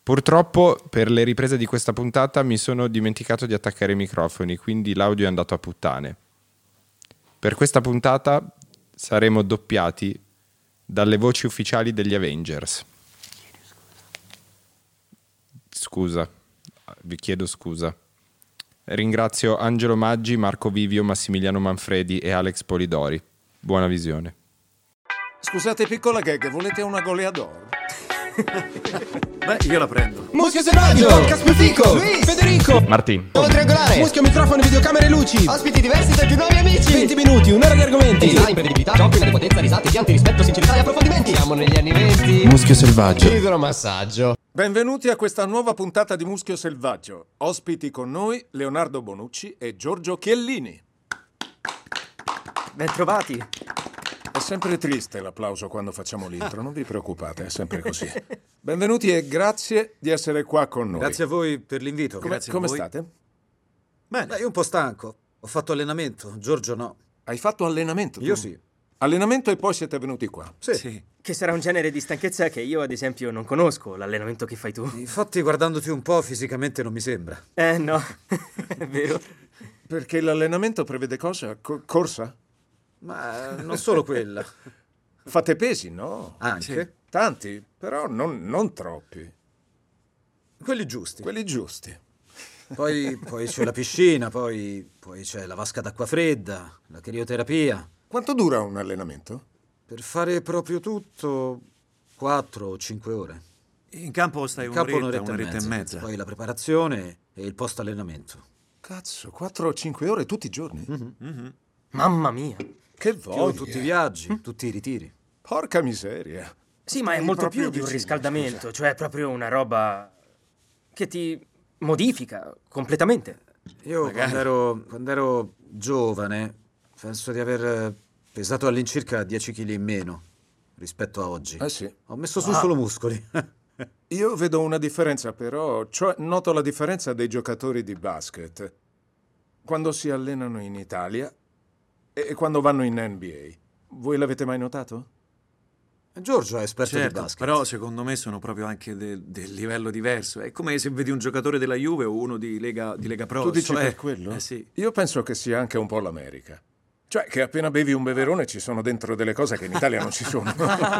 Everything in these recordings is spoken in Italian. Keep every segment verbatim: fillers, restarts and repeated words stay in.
Purtroppo per le riprese di questa puntata mi sono dimenticato di attaccare i microfoni, quindi l'audio è andato a puttane. Per questa puntata saremo doppiati dalle voci ufficiali degli Avengers. Scusa, vi chiedo scusa. Ringrazio Angelo Maggi, Marco Vivio, Massimiliano Manfredi e Alex Polidori. Buona visione. Scusate, piccola gag, volete una goleador? Beh, io la prendo. Muschio selvaggio, podcast più fico, Luis, Federico, Martin, Nuovo triangolare, muschio, microfono, videocamere, luci, ospiti diversi tra i più nuovi amici. venti minuti, un'ora di argomenti, Design, prevedibilità, giochi, potenza, risate, pianti, rispetto, sincerità e approfondimenti. Siamo negli anni venti. Muschio selvaggio. Idromassaggio. Benvenuti a questa nuova puntata di Muschio Selvaggio. Ospiti con noi Leonardo Bonucci e Giorgio Chiellini. Ben trovati. È sempre triste l'applauso quando facciamo l'intro, non vi preoccupate, è sempre così. Benvenuti e grazie di essere qua con noi. Grazie a voi per l'invito. Come, Grazie come a voi. state? Bene, io un po' stanco. Ho fatto allenamento, Giorgio no. Hai fatto allenamento? tu? Io sì. Allenamento e poi siete venuti qua. Sì. Che sarà un genere di stanchezza che io, ad esempio, non conosco, l'allenamento che fai tu. Infatti, guardandoti un po', fisicamente non mi sembra. Eh, no, è vero. Perché l'allenamento prevede cosa? Co- corsa? Ma non solo quella. Fate pesi, no? Anche. Tanti, però non, non troppi. Quelli giusti. Quelli giusti. Poi, poi c'è la piscina, poi, poi c'è la vasca d'acqua fredda, la crioterapia. Quanto dura un allenamento? Per fare proprio tutto, quattro o cinque ore. In campo stai In campo un'oretta, un'oretta, un'oretta e e mezza. mezza. Poi la preparazione e il post-allenamento. Cazzo, quattro o cinque ore tutti i giorni? Mamma mia. Che Più voglia. tutti i viaggi, tutti i ritiri. Porca miseria. Sì, ma è Stai molto proprio più di un vicino, riscaldamento, scusa. cioè proprio una roba che ti modifica completamente. Io Magari. quando ero, quando ero giovane penso di aver pesato all'incirca dieci chili in meno rispetto a oggi. Eh sì. Ho messo su solo muscoli. Io vedo una differenza però, cioè noto la differenza dei giocatori di basket quando si allenano in Italia e quando vanno in N B A. Voi l'avete mai notato? Giorgio è esperto di Certo, basket. però secondo me sono proprio anche del, del livello diverso. È come se vedi un giocatore della Juve o uno di Lega, di Lega Pro. Tu dici cioè- per quello? Eh sì. Io penso che sia anche un po' l'America. Cioè che appena bevi un beverone ci sono dentro delle cose che in Italia non ci sono.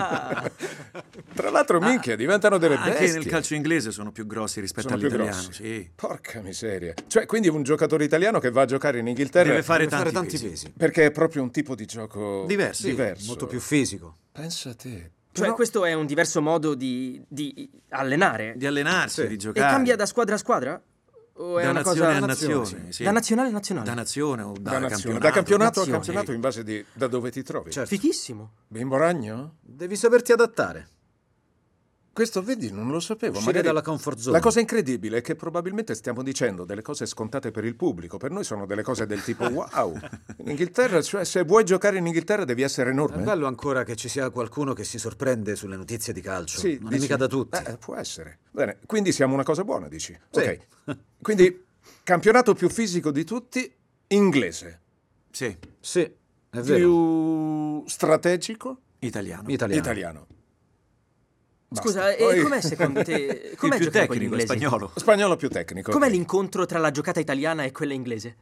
Tra l'altro, minchia, diventano delle Anche bestie. nel calcio inglese sono più grossi rispetto Sono più all'italiano. grossi. Sì. Porca miseria. Cioè, quindi un giocatore italiano che va a giocare in Inghilterra Deve fare Deve fare tanti, tanti pesi. pesi. perché è proprio un tipo di gioco Diverso. diverso. Molto più fisico. Pensa a te. Cioè, Però- questo è un diverso modo di, di allenare. Di allenarsi, Sì. di E giocare. cambia da squadra a squadra? O è da una nazione cosa... a nazione, nazione. sì. Da nazionale a nazionale? Da nazione o da, da, nazione, campionato. da campionato a Nazione. campionato in base di da dove ti trovi. Certo. Fichissimo. Bimbo ragno? Devi saperti adattare. Questo, vedi, non lo sapevo. Uscire Magari- dalla comfort zone. La cosa incredibile è che probabilmente stiamo dicendo delle cose scontate per il pubblico. Per noi sono delle cose del tipo wow. In Inghilterra, cioè, se vuoi giocare in Inghilterra devi essere È enorme. bello ancora che ci sia qualcuno che si sorprende sulle notizie di calcio. Sì, non dici- è mica da tutti. Eh, può essere. Bene, quindi siamo una cosa buona, dici. Sì. Ok. Quindi, campionato più fisico di tutti, inglese. Sì, Sì, è vero. Più strategico, italiano. Italiano. italiano. Basta. Scusa, Poi- e com'è secondo te? Il Com'è più giocare con gli tecnico, inglesi? spagnolo. Spagnolo più tecnico. Com'è ok. l'incontro tra la giocata italiana e quella inglese?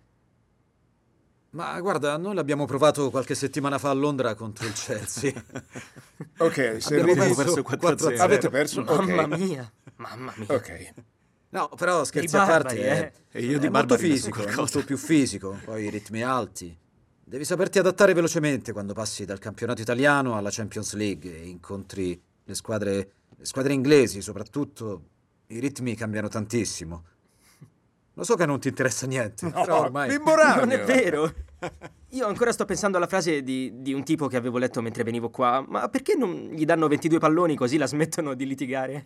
Ma guarda, noi l'abbiamo provato qualche settimana fa a Londra contro il Chelsea. Ok, se Abbiamo ridi- perso quattro a zero. avete perso? Ok. Mamma mia, mamma mia. Ok. No, però scherzi I a barbari, parte, è, eh. E io di è molto barbari ne so fisico, è qualcosa. molto più fisico, poi i ritmi alti. Devi saperti adattare velocemente quando passi dal campionato italiano alla Champions League e incontri le squadre, le squadre inglesi, soprattutto. I ritmi cambiano tantissimo. Lo so che non ti interessa niente, però ormai... Bimbo ragno. Non è vero. Io ancora sto pensando alla frase di, di un tipo che avevo letto mentre venivo qua. Ma perché non gli danno ventidue palloni così la smettono di litigare?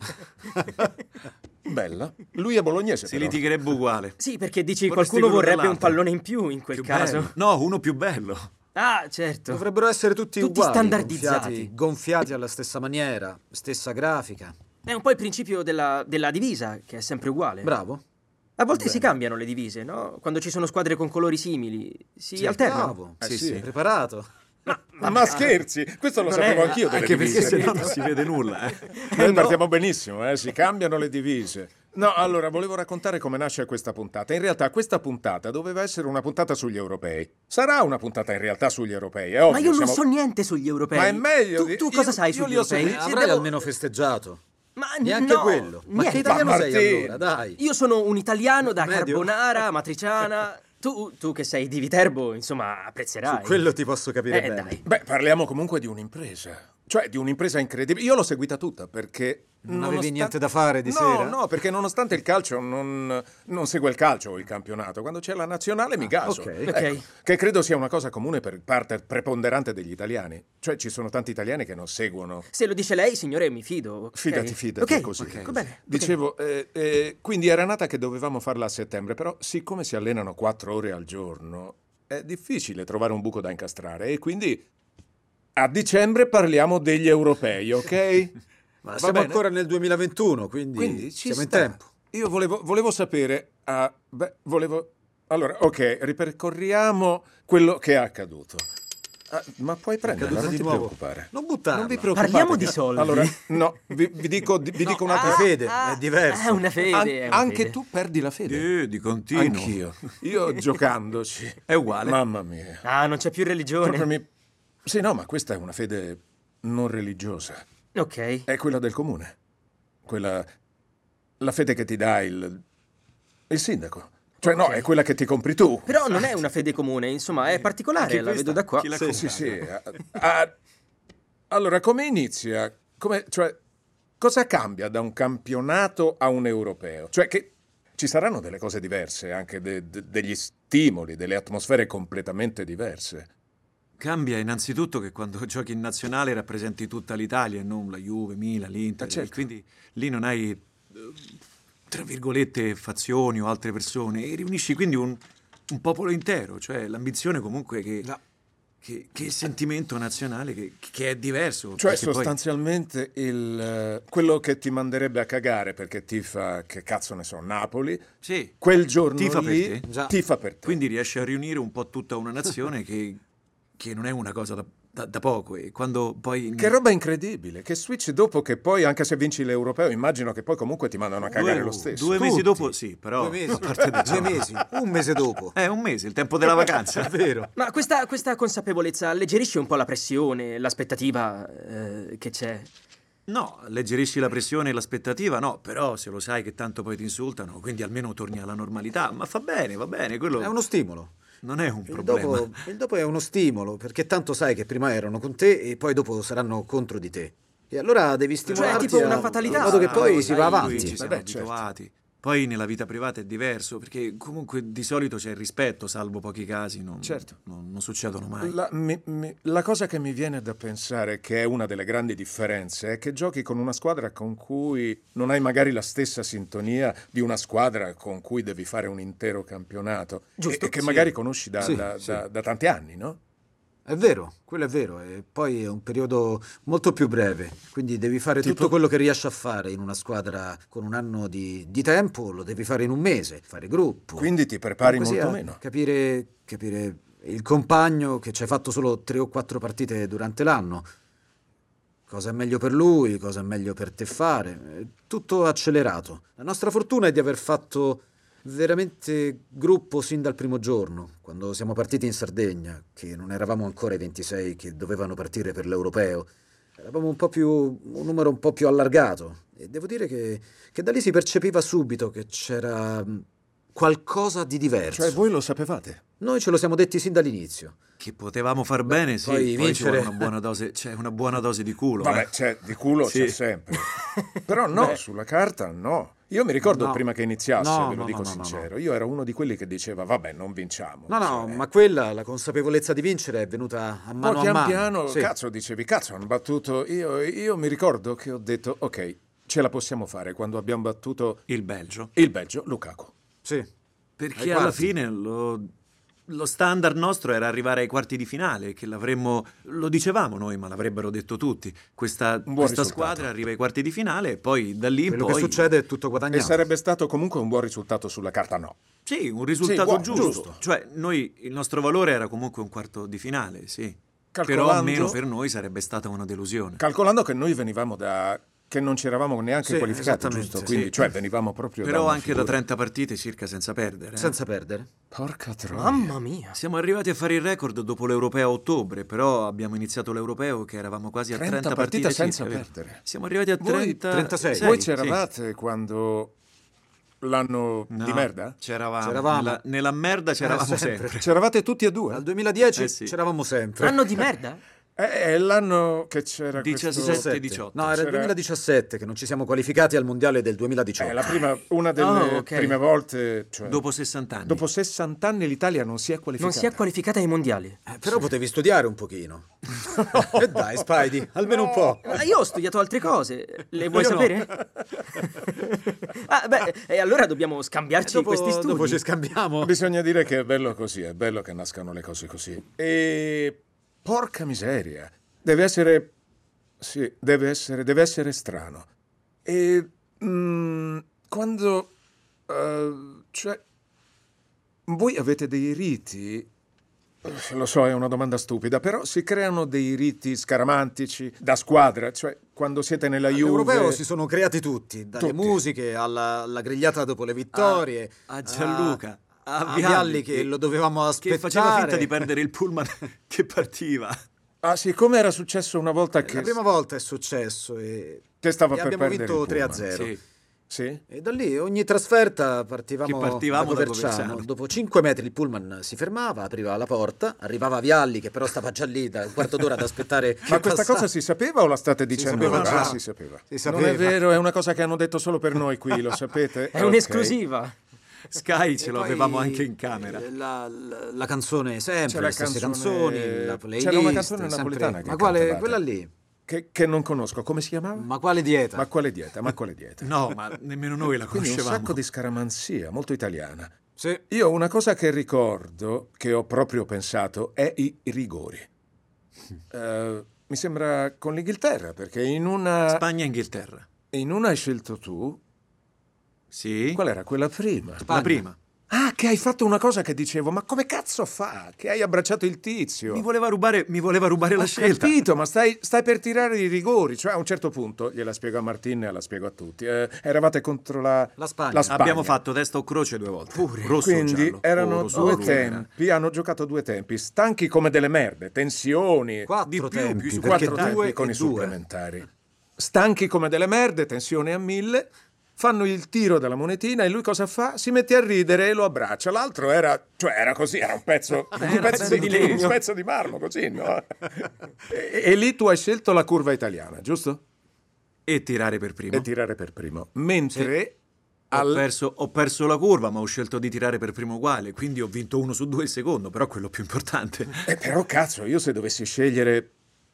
Bella. Lui è bolognese, Si però. litigherebbe uguale. Sì, perché dici Vorresti qualcuno quello vorrebbe un dell'altro. pallone in più in quel Più caso. bello. No, uno più bello. Ah, certo. Dovrebbero essere tutti, Tutti uguali, standardizzati. gonfiati, gonfiati alla stessa maniera, stessa grafica. È un po' il principio della, della divisa, che è sempre uguale. Bravo. A volte si cambiano le divise, no? Quando ci sono squadre con colori simili, si Sì, alternano. bravo. Eh sì, sì. sì. Preparato. Ma, ma scherzi, questo lo Non sapevo è- anch'io delle Anche perché divise. se no non si vede nulla. Eh. Noi partiamo benissimo, eh, si cambiano le divise. No, allora, volevo raccontare come nasce questa puntata. In realtà questa puntata doveva essere una puntata sugli europei. Sarà una puntata in realtà sugli europei, è ovvio. Ma io non siamo- so niente sugli europei. Ma è meglio Tu, di- tu io- cosa sai io sugli li ho europei? seguiti. Se Avrai devo- almeno festeggiato. Ma Neanche no, quello. Ma che niente. italiano Ma sei Martì- allora? Dai. Io sono un italiano da Medio. carbonara, matriciana. Tu, tu che sei di Viterbo, insomma, apprezzerai. Su quello ti posso capire Eh, bene. dai. Beh, parliamo comunque di un'impresa. Cioè, di un'impresa incredibile. Io l'ho seguita tutta perché... Non avevi nonostante- niente da fare di no, sera? No, perché nonostante il calcio non, non segue il calcio o il campionato. Quando c'è la nazionale mi gaso. ok. Ecco, Ok. che credo sia una cosa comune per parte preponderante degli italiani. Cioè, ci sono tanti italiani che non seguono. Se lo dice lei, signore, mi fido. ok? Fidati, fidati, Ok, è così. ok, va bene. ok. Dicevo, eh, eh, quindi era nata che dovevamo farla a settembre, però siccome si allenano quattro ore al giorno, è difficile trovare un buco da incastrare e quindi a dicembre parliamo degli europei, ok? Ma Va siamo bene? ancora nel duemilaventuno, quindi, Quindi ci siamo sta. in tempo. Io volevo, volevo sapere, ah, beh, volevo... Allora, ok, ripercorriamo quello che è accaduto. Ah, ma puoi prenderla, accaduto non di ti nuovo. preoccupare. Non buttarla. Non vi preoccupate. Parliamo di soldi. Allora, no, vi, vi dico, vi dico un'altra La cosa. fede, è diverso. È una fede. An- è una anche fede. tu perdi la fede. Eh, di continuo. Anch'io. Io giocandoci. È uguale. Mamma mia. Ah, non c'è più religione. Proprio mi... Sì, no, ma questa è una fede non religiosa. Ok. È quella del comune. Quella... La fede che ti dà il... il sindaco. Cioè, no, è quella che ti compri tu. Però non è una fede comune, insomma, è particolare, Anche la questa, vedo da qua. chi l'ha Sì, sì, sì. Ah, ah, allora, come inizia? Come, cioè, cosa cambia da un campionato a un europeo? Cioè, che ci saranno delle cose diverse, anche de- de- degli stimoli, delle atmosfere completamente diverse. Cambia innanzitutto che quando giochi in nazionale rappresenti tutta l'Italia e non la Juve, Milan, l'Inter. Eh, certo. Quindi lì non hai, eh, tra virgolette, fazioni o altre persone e riunisci quindi un, un popolo intero. Cioè l'ambizione comunque che, che, che il sentimento nazionale che, che è diverso. Cioè, perché poi- sostanzialmente, il, eh, quello che ti manderebbe a cagare perché tifa, che cazzo ne so, Napoli, Sì, quel giorno tifa per lì te. Già. tifa per te. Quindi riesci a riunire un po' tutta una nazione che, che non è una cosa da, da- da poco. E quando poi... Che roba incredibile, che switch dopo che poi, anche se vinci l'europeo, immagino che poi comunque ti mandano a cagare due, lo stesso. Due mesi Tutti. dopo, sì, però... Due mesi. a parte di ciò- Due mesi. Un mese dopo. Eh, un mese, il tempo della vacanza. È vero. Ma questa, questa consapevolezza alleggerisce un po' la pressione, l'aspettativa eh, che c'è. No, alleggerisci la pressione e l'aspettativa, no, però se lo sai che tanto poi ti insultano, quindi almeno torni alla normalità. Ma fa bene, va bene, quello È uno stimolo. non è un Il problema. dopo, il dopo è uno stimolo, perché tanto sai che prima erano con te e poi dopo saranno contro di te. E allora devi stimolarti tipo una a- fatalità. in modo che poi Ah, si sai, va lui avanti. Ci siamo Vabbè, certo. abituati. Poi nella vita privata è diverso, perché comunque di solito c'è il rispetto, salvo pochi casi, non, Certo. non, non succedono mai. La, mi- mi- la cosa che mi viene da pensare, che è una delle grandi differenze, è che giochi con una squadra con cui non hai magari la stessa sintonia di una squadra con cui devi fare un intero campionato. Giusto, E, e che sì. magari conosci da, Sì, da- sì. da- da tanti anni, no? È vero, quello è vero, e poi è un periodo molto più breve, quindi devi fare Tipo? tutto quello che riesci a fare in una squadra con un anno di, di tempo, lo devi fare in un mese, fare gruppo. Quindi ti prepari Comunque molto sia, meno. Capire, capire il compagno che ci hai fatto solo tre o quattro partite durante l'anno, cosa è meglio per lui, cosa è meglio per te fare, è tutto accelerato. La nostra fortuna è di aver fatto veramente gruppo sin dal primo giorno, quando siamo partiti in Sardegna, che non eravamo ancora i ventisei che dovevano partire per l'europeo. Eravamo un po' più, un numero un po' più allargato e devo dire che, che da lì si percepiva subito che c'era mh, qualcosa di diverso. Cioè, voi lo sapevate? Noi ce lo siamo detti sin dall'inizio. Che potevamo far bene, sì, poi poi, ci vincere- vuole una buona dose, c'è una buona dose di culo. Vabbè, eh. c'è, di culo Sì. c'è sempre. Però no, sulla carta no. Io mi ricordo No. prima che iniziasse, No, ve lo no, dico no, no, no. sincero, io ero uno di quelli che diceva, vabbè, non vinciamo. No, no, Cioè, ma quella, la consapevolezza di vincere è venuta a mano poi a pian mano. piano, Sì. cazzo, dicevi, cazzo, hanno battuto. Io, io mi ricordo che ho detto, ok, ce la possiamo fare quando abbiamo battuto Il Belgio. il Belgio, Lukaku. Sì. Perché Ai alla quarti. fine lo, lo standard nostro era arrivare ai quarti di finale, che l'avremmo, lo dicevamo noi, ma l'avrebbero detto tutti. Questa, buon questa risultato. squadra arriva ai quarti di finale e poi da lì in Quello poi... che succede è tutto E guadagnato. sarebbe stato comunque un buon risultato sulla carta, no. Sì, un risultato buono, giusto. giusto. Cioè, noi, il nostro valore era comunque un quarto di finale, sì. Calcolando, Però almeno per noi sarebbe stata una delusione. calcolando che noi venivamo da... che non ci eravamo neanche Sì, qualificati, esattamente, giusto? sì. Quindi, cioè, venivamo proprio Però da una anche da figura. trenta partite circa senza perdere. eh. Senza perdere. Porca troia. Mamma mia. Siamo arrivati a fare il record dopo l'Europeo a ottobre, però abbiamo iniziato l'Europeo che eravamo quasi a trenta trenta partite partite senza circa, vero? perdere. Siamo arrivati a Voi- trenta... trentasei. sei, Voi sì. c'eravate quando l'anno No, di merda? C'eravamo. C'eravamo. Nella, nella merda c'eravamo Eh, sempre. sempre. C'eravate tutti e due? Dal duemiladieci Eh sì. c'eravamo sempre. Anno di merda? Eh, È l'anno che c'era diciassette, questo... diciotto. No, era il C'era- duemiladiciassette che non ci siamo qualificati al mondiale del duemiladiciotto. È la prima, una delle Oh, ok. prime volte... Cioè, Dopo sessanta anni. dopo sessanta anni l'Italia non si è Non qualificata. si è qualificata ai mondiali. Eh, però potevi studiare un pochino. E dai, Spidey, almeno un po'. Ma io ho studiato altre cose. Le vuoi Io no. sapere? ah, beh, e allora dobbiamo scambiarci Dopo, questi studi. dopo ci scambiamo. Bisogna dire che è bello così, è bello che nascano le cose così. E porca miseria, deve essere, sì, deve essere, deve essere strano. E mm, quando, eh, cioè, voi avete dei riti, eh, lo so, è una domanda stupida, però si creano dei riti scaramantici da squadra, cioè quando siete nella Juve. All'Europeo si sono creati tutti, dalle Tutti. musiche alla, alla grigliata dopo le vittorie, A- a Gianluca, a a, Vialli, Vialli che, che- lo dovevamo aspettare. Che faceva finta di perdere il pullman che partiva. Ah sì, come era successo una volta che, La prima volta è successo e, che stava e per abbiamo perdere vinto il tre a pullman. zero. Sì. Sì? E da lì ogni trasferta partivamo, Che partivamo da Coverciano. Coverciano. Dopo cinque metri il pullman si fermava, apriva la porta, arrivava Vialli che però stava già lì da un quarto d'ora ad aspettare. Ma che questa passasse. cosa si sapeva o la state dicendo? sapeva ora? già. Ah, si sapeva. Si Non sapeva. è vero, è una cosa che hanno detto solo per noi qui, lo sapete? È Ok. un'esclusiva. Sky ce E lo poi, avevamo anche in camera. eh, La, la- la canzone sempre, C'è la le stesse canzone- canzoni, la playlist. c'era una canzone sempre- napoletana che Ma quale? cantavate. Quella lì. Che, che non conosco, come si chiamava? Ma quale dieta? Ma quale dieta? Ma quale dieta? No, ma nemmeno noi la Quindi un conoscevamo. sacco di scaramanzia, molto italiana. Sì. Io una cosa che ricordo, che ho proprio pensato, è i rigori. Eh, mi sembra con l'Inghilterra, perché in una, Spagna e Inghilterra. in una hai scelto tu. Sì. Qual era quella prima? La prima. Ah, che hai fatto una cosa che dicevo, ma come cazzo fa? Che hai abbracciato il tizio? Mi voleva rubare, mi voleva rubare la Ho scelta. capito, ma stai, stai per tirare i rigori. Cioè, a un certo punto, gliela spiego a Martin e la spiego a tutti. eh, eravate contro la, La Spagna. Abbiamo fatto testa o croce due volte. Pure. Rosso o Quindi giallo. erano O rosso due o blu era. tempi, hanno giocato due tempi, stanchi come delle merde, tensioni, Quattro Di più, tempi, più su perché quattro due tempi con e i due. supplementari. Stanchi come delle merde, tensione a mille. Fanno il tiro della monetina e lui cosa fa? Si mette a ridere e lo abbraccia. L'altro era, cioè era così, era un pezzo, un Era pezzo, pezzo di, di legno. un pezzo di marmo, così, no? e, e lì tu hai scelto la curva italiana, giusto? E tirare per primo. E tirare per primo. Mentre Ho, al- perso, ho perso la curva, ma ho scelto di tirare per primo uguale, quindi ho vinto uno su due il secondo, però quello più importante. Eh, però cazzo, io se dovessi scegliere...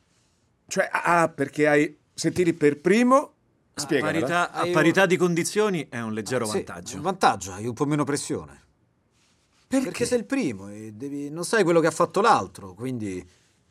Cioè, ah, perché hai... Se tiri per primo, A spiegami. parità, a Hai parità di condizioni è un leggero Sì, vantaggio. un vantaggio, hai un po' meno pressione. Perché? Perché sei il primo e devi- non sai quello che ha fatto l'altro, quindi...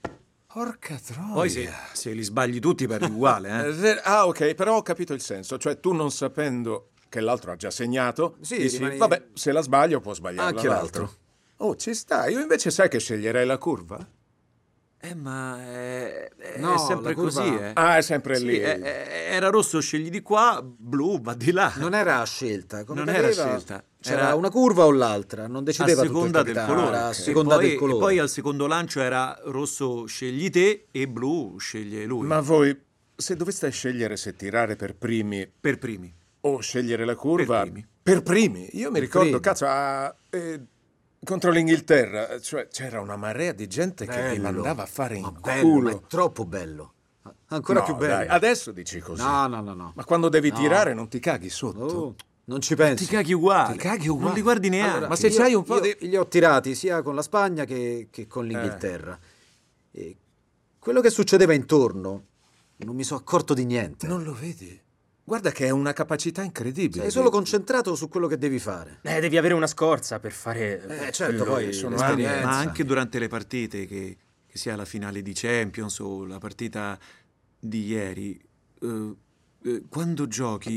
Porca troia. Poi se, se li sbagli tutti perdi uguale, eh. Eh, ver- Ah, ok, però ho capito il senso. Cioè, tu non sapendo che l'altro ha già segnato, Sì, dici, rimani- vabbè, se la sbaglio può sbagliare Anche l'altro. Oh, ci sta. Io invece sai che sceglierei la curva? Eh, ma è, è No, sempre la curva- così, eh. Ah, è sempre Sì, lì. è- è- era rosso, scegli di qua, blu, va di là. Non era a scelta. Come Non era cadeva, scelta, C'era era- una curva o l'altra, non a decideva tutto il seconda del capitano, colore. era a E seconda poi- del colore. E poi al secondo lancio era rosso scegli te e blu sceglie lui. Ma voi, se doveste scegliere se tirare per primi Per primi. o scegliere la curva... Per primi. Per primi. Io mi ricordo, primi. cazzo, a- eh, contro l'Inghilterra, cioè c'era una marea di gente che vi Bello. mandava a fare in Ma bello, ma culo. è troppo bello. Ancora No, più bello. dai, adesso dici così. No, no, no, no. Ma quando devi tirare non ti caghi sotto. Oh, non ci pensi. Ti caghi uguale. Ti caghi uguale. Non li guardi neanche. Allora, Ma se io- c'hai un po' io di- Li ho tirati sia con la Spagna che, che con l'Inghilterra. E quello che succedeva intorno non mi sono accorto di niente. Non lo vedi? Guarda che è una capacità incredibile. Sei solo concentrato su quello che devi fare. Eh, devi avere una scorza per fare... Eh, certo, quello poi sono Ma, l'esperienza. ma anche durante le partite, che, che sia la finale di Champions o la partita di ieri, eh, eh, quando giochi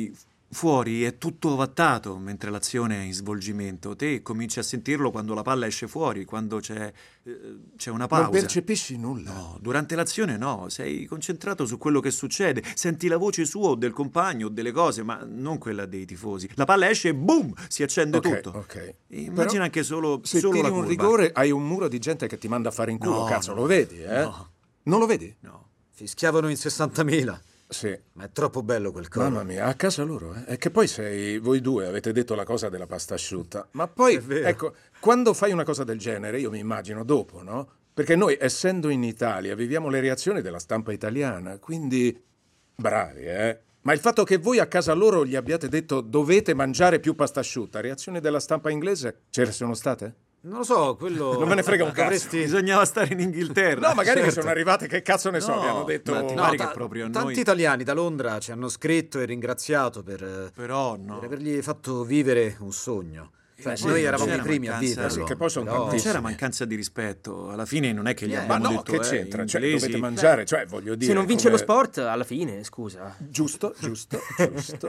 fuori è tutto ovattato mentre l'azione è in svolgimento. Te cominci a sentirlo quando la palla esce fuori, quando c'è, eh, c'è una pausa. Non percepisci nulla? No, durante l'azione no, sei concentrato su quello che succede, senti la voce sua o del compagno o delle cose, ma non quella dei tifosi. La palla esce e boom, si accende Ok, tutto. ok. Immagina Però anche solo, Se solo tiri la un curva. rigore hai un muro di gente che ti manda a fare in culo, No, cazzo, no, lo vedi, eh? no. Non lo vedi? No. Fischiavano in sessantamila. Sì. Ma è troppo bello quel coro. Mamma mia, a casa loro, eh? E che poi sei, voi due avete detto la cosa della pasta asciutta. Ma poi, È vero. ecco, quando fai una cosa del genere, io mi immagino dopo, no? Perché noi, essendo in Italia, viviamo le reazioni della stampa italiana, quindi bravi, eh? Ma il fatto che voi a casa loro gli abbiate detto dovete mangiare più pasta asciutta, reazioni della stampa inglese ce ne sono state? Non lo so, quello... Non me ne frega un cazzo. Dovresti... Bisognava stare in Inghilterra. No, magari certo. mi sono arrivate, che cazzo ne so, No, mi hanno detto... ma ti No, pare ta- che proprio a tanti noi- italiani da Londra ci hanno scritto e ringraziato per, eh, Però no. per avergli fatto vivere un sogno. Cioè, sì, noi non eravamo i c'era primi a mancanza- viverlo. sì, che poi sono però- Non tantissimi. c'era mancanza di rispetto. Alla fine non è che gli Eh, Ma abbiamo no, detto che eh, c'entra? Cioè, inglesi- dovete mangiare, cioè, voglio dire... Se non vince come- lo sport, alla fine, scusa. Giusto, giusto, giusto.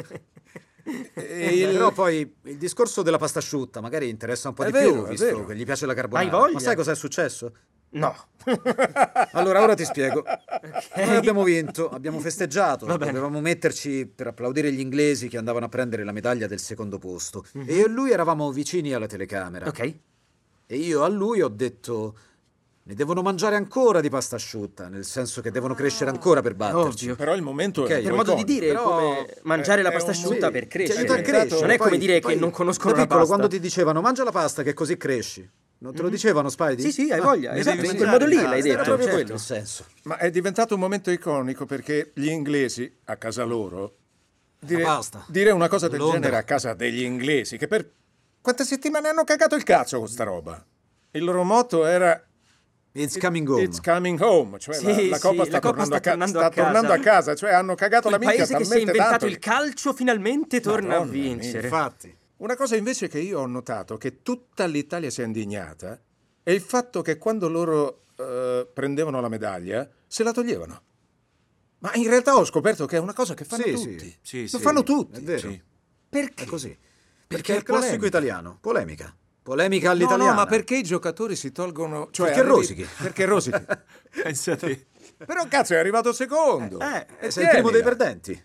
E Eh, il- Però poi il discorso della pasta asciutta magari interessa un po' È di vero, più, è visto vero. che gli piace la carbonara. Hai voglia? Ma sai cos'è successo? No. Allora, ora ti spiego. Noi abbiamo vinto, abbiamo festeggiato, Va bene. dovevamo metterci per applaudire gli inglesi che andavano a prendere la medaglia del secondo posto. E io e lui eravamo vicini alla telecamera. Ok. E io a lui ho detto: ne devono mangiare ancora di pasta asciutta, nel senso che devono crescere ancora per batterci. Ovvio. Però il momento Ok, è per Per un modo di iconico. dire, Però- come mangiare la è pasta un- asciutta sì, per ti crescere. aiuta a crescere. Non è come Poi- dire poi che non conoscono da la piccolo, pasta. quando ti dicevano mangia la pasta che così cresci, non te lo dicevano, Spidey? Sì, sì, hai Ah, voglia. ne Esatto, devi in quel mangiare modo lì la l'hai pasta, detto. era proprio certo. quello il senso. Ma è diventato un momento iconico perché gli inglesi, a casa loro, dire, pasta. dire una cosa del Londra. genere a casa degli inglesi, che per quante settimane hanno cagato il cazzo con sta roba? Il loro motto era It's coming home. It's coming home, cioè Sì, la, la sì, Coppa sta, la Coppa tornando, sta a ca- tornando sta a casa. tornando a casa, cioè hanno cagato Il la minchia paese che si è talmente inventato tanto. il calcio finalmente torna a Madonna mia. vincere. Infatti. Una cosa invece che io ho notato, che tutta l'Italia si è indignata, è il fatto che quando loro eh, prendevano la medaglia, se la toglievano. Ma in realtà ho scoperto che è una cosa che fanno Sì, tutti. sì. Sì, Lo sì. fanno tutti. È vero. Sì. Perché? È così. Perché Perché è è il classico polemica. italiano. Polemica. Polemica No, all'italiana. no, ma perché i giocatori si tolgono... Cioè, Perché arrivi- rosichi. Perché rosichi. Pensa te. Però cazzo è arrivato secondo. Eh, E sei il primo dei tienila. perdenti.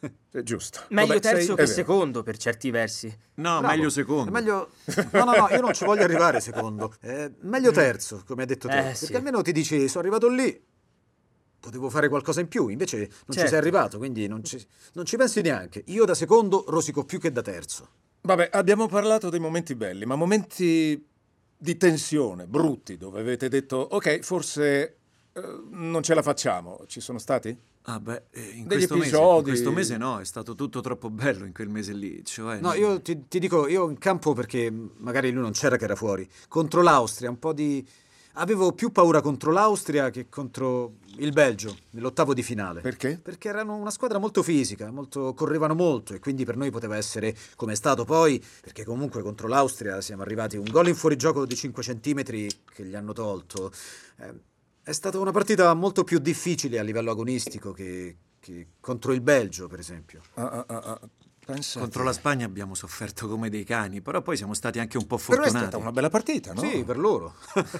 È giusto. Meglio Vabbè, sei- terzo è che vero. secondo per certi versi. No, Bravo. meglio secondo. È meglio... No, no, no, io non ci voglio arrivare secondo. È meglio terzo, come hai detto te. Eh, perché sì. almeno ti dici, sono arrivato lì, potevo fare qualcosa in più. Invece non ci Certo. sei arrivato, quindi non ci, non ci pensi neanche. Io da secondo rosico più che da terzo. Vabbè, abbiamo parlato dei momenti belli, ma momenti di tensione, brutti, dove avete detto, ok, forse eh, non ce la facciamo. Ci sono stati? Ah beh, eh, in Degli questo, mese, in episodi- questo mese no, è stato tutto troppo bello in quel mese lì. Cioè, No, io ti, ti dico, io in campo perché magari lui non c'era che era fuori. Contro l'Austria, un po' di... Avevo più paura contro l'Austria che contro il Belgio, nell'ottavo di finale. Perché? Perché erano una squadra molto fisica, molto, correvano molto e quindi per noi poteva essere come è stato poi, perché comunque contro l'Austria siamo arrivati un gol in fuorigioco di cinque centimetri che gli hanno tolto. Eh, è stata una partita molto più difficile a livello agonistico che, che contro il Belgio, per esempio. Ah, ah, ah, ah. Pensa contro te. la Spagna abbiamo sofferto come dei cani, però poi siamo stati anche un po' Però è fortunati. stata una bella partita, no? Sì, per loro.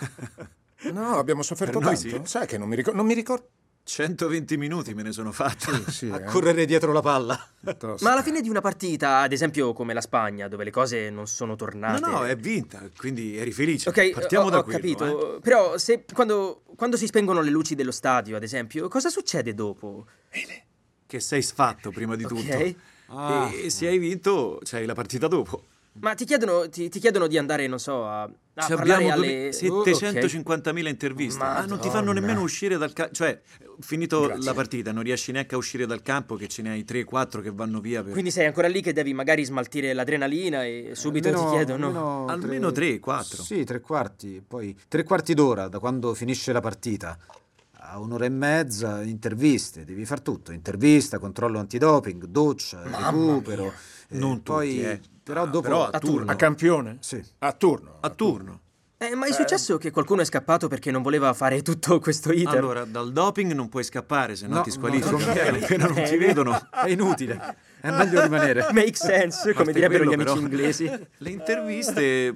No, abbiamo sofferto Per noi tanto. sì. Sai che non mi, ricor- non mi ricordo... centoventi minuti me ne sono fatti. Sì, A eh. correre dietro la palla. Tosta. Ma alla fine di una partita, ad esempio come la Spagna, dove le cose non sono No, tornate. no, è vinta, quindi eri felice. Ok, Partiamo ho, da ho quello, capito. eh. Però se quando, quando si spengono le luci dello stadio, ad esempio, cosa succede dopo? Che sei sfatto prima di Ok. tutto. Ah. E se hai vinto, c'hai la partita dopo. Ma ti chiedono, ti, ti chiedono di andare, non so, a, a Ci parlare abbiamo alle... settecentocinquantamila interviste. Ah, non ti fanno Madonna. nemmeno uscire dal campo. Cioè, finito Grazie. la partita, non riesci neanche a uscire dal campo, che ce ne hai tre quattro che vanno via. Per... Quindi sei ancora lì che devi magari smaltire l'adrenalina e subito Almeno- ti chiedono... almeno Almeno tre, quattro. Sì, tre quarti. Poi tre quarti d'ora da quando finisce la partita. A un'ora e mezza, interviste. Devi far tutto. Intervista, controllo antidoping, doccia, recupero. eh, Non poi, tutti, eh. Però Ah, dopo... però a turno. A campione? Sì. A turno. A turno. Eh, ma è successo che qualcuno è scappato perché non voleva fare tutto questo iter? Allora, dal doping non puoi scappare, se no, No, ti no, squalificano. non conviene. Appena non ti vedono. È inutile. è meglio rimanere. Make sense, come direbbero gli amici però, inglesi. Le interviste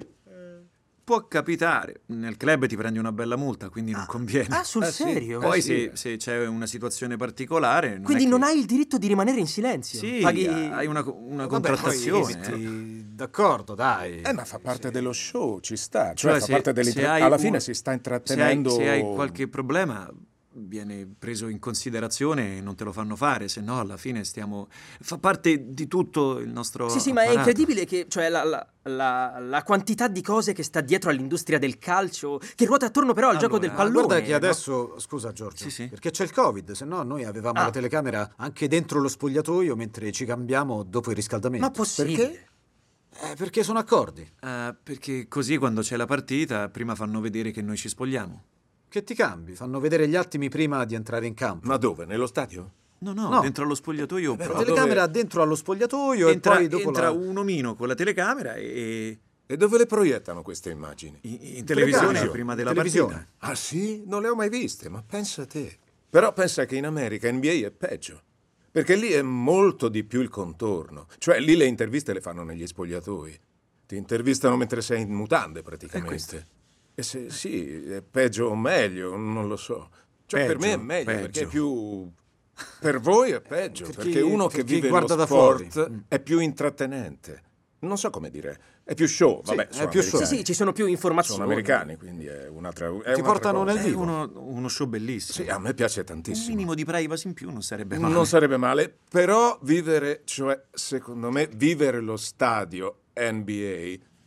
può capitare. Nel club ti prendi una bella multa, quindi non conviene. Ah, sul Eh, sì. serio? Poi eh, sì. se, se c'è una situazione particolare... Non Quindi è non che... hai il diritto di rimanere in silenzio. Sì, Paghi... hai una, una Vabbè, contrattazione. poi metti- D'accordo, dai. Eh, ma fa parte dello show, ci sta. Cioè, Cioè, fa se- parte se dell'inter- hai alla un- fine si sta Se hai, intrattenendo. se hai qualche problema viene preso in considerazione e non te lo fanno fare, se no alla fine stiamo... Fa parte di tutto il nostro Sì, sì, ma è apparato. incredibile che, cioè, la, la- la- la quantità di cose che sta dietro all'industria del calcio, che ruota attorno però al gioco Allora, del pallone. Guarda che no? adesso, scusa Giorgio, Sì, sì. perché c'è il Covid, se no noi avevamo Ah. la telecamera anche dentro lo spogliatoio mentre ci cambiamo dopo il riscaldamento. Ma possibile? Eh, perché sono accordi. Eh, perché così quando c'è la partita prima fanno vedere che noi ci spogliamo. Che ti cambi? Fanno vedere gli attimi prima di entrare in campo. Ma dove? Nello stadio? No, no, No. dentro allo spogliatoio La proprio. telecamera dentro allo spogliatoio Entra, e poi dopo entra la... un omino con la telecamera e... E dove le proiettano queste immagini? In, in televisione Telecamera. prima della Televisione. partita. Ah sì? Non le ho mai viste, ma pensa a te. Però pensa che in America N B A è peggio. Perché lì è molto di più il contorno. Cioè lì le interviste le fanno negli spogliatoi. Ti intervistano mentre sei in mutande praticamente. E se sì, è peggio o meglio, non lo so. Cioè per Peggio, me è meglio, peggio. perché è più... Per voi è peggio, Per chi- perché uno per che chi vive guarda lo da sport fuori. è più intrattenente. Non so come dire, è più show, vabbè, è sono più show. Sì, americani. sì, ci sono più informazioni. Sono americani, quindi è un'altra è Ti un'altra portano cosa. nel È vivo. uno, uno show bellissimo. Sì, a me piace Un tantissimo. minimo di privacy in più non sarebbe male. Non sarebbe male, però vivere, cioè, secondo me, vivere lo stadio N B A,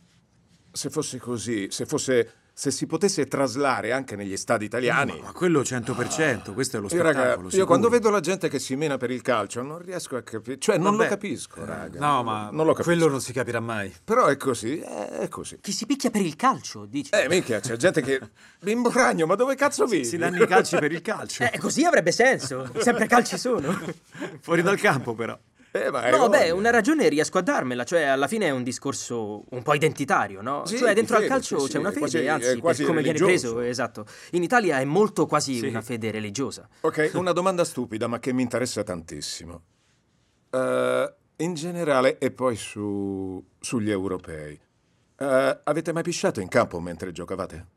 se fosse così, se fosse, se si potesse traslare anche negli stadi italiani. Ma quello cento per cento, questo è lo Io, spettacolo. raga, io sicuro. quando vedo la gente che si mena per il calcio non riesco a capire, cioè non Vabbè. lo capisco, raga. No, ma non lo capisco. quello non si capirà mai. Però è così, è così. Chi si picchia per il calcio, dici? Eh, minchia, c'è gente che... Bimbo ragno, ma dove cazzo vivi? Si danno i calci per il calcio. Eh, così avrebbe senso. Sempre calci sono. Fuori dal campo però. Eh, ma hai No, voglia. beh, una ragione riesco a darmela, cioè alla fine è un discorso un po' identitario, no? Sì, cioè dentro di al fede, calcio sì, c'è sì, una è fede, quasi- è anzi, per quasi come viene religioso. preso, esatto. In Italia è molto quasi Sì. una fede religiosa. Ok, una domanda stupida, ma che mi interessa tantissimo. Eh, in generale, e poi su, sugli europei. Eh, avete mai pisciato in campo mentre giocavate?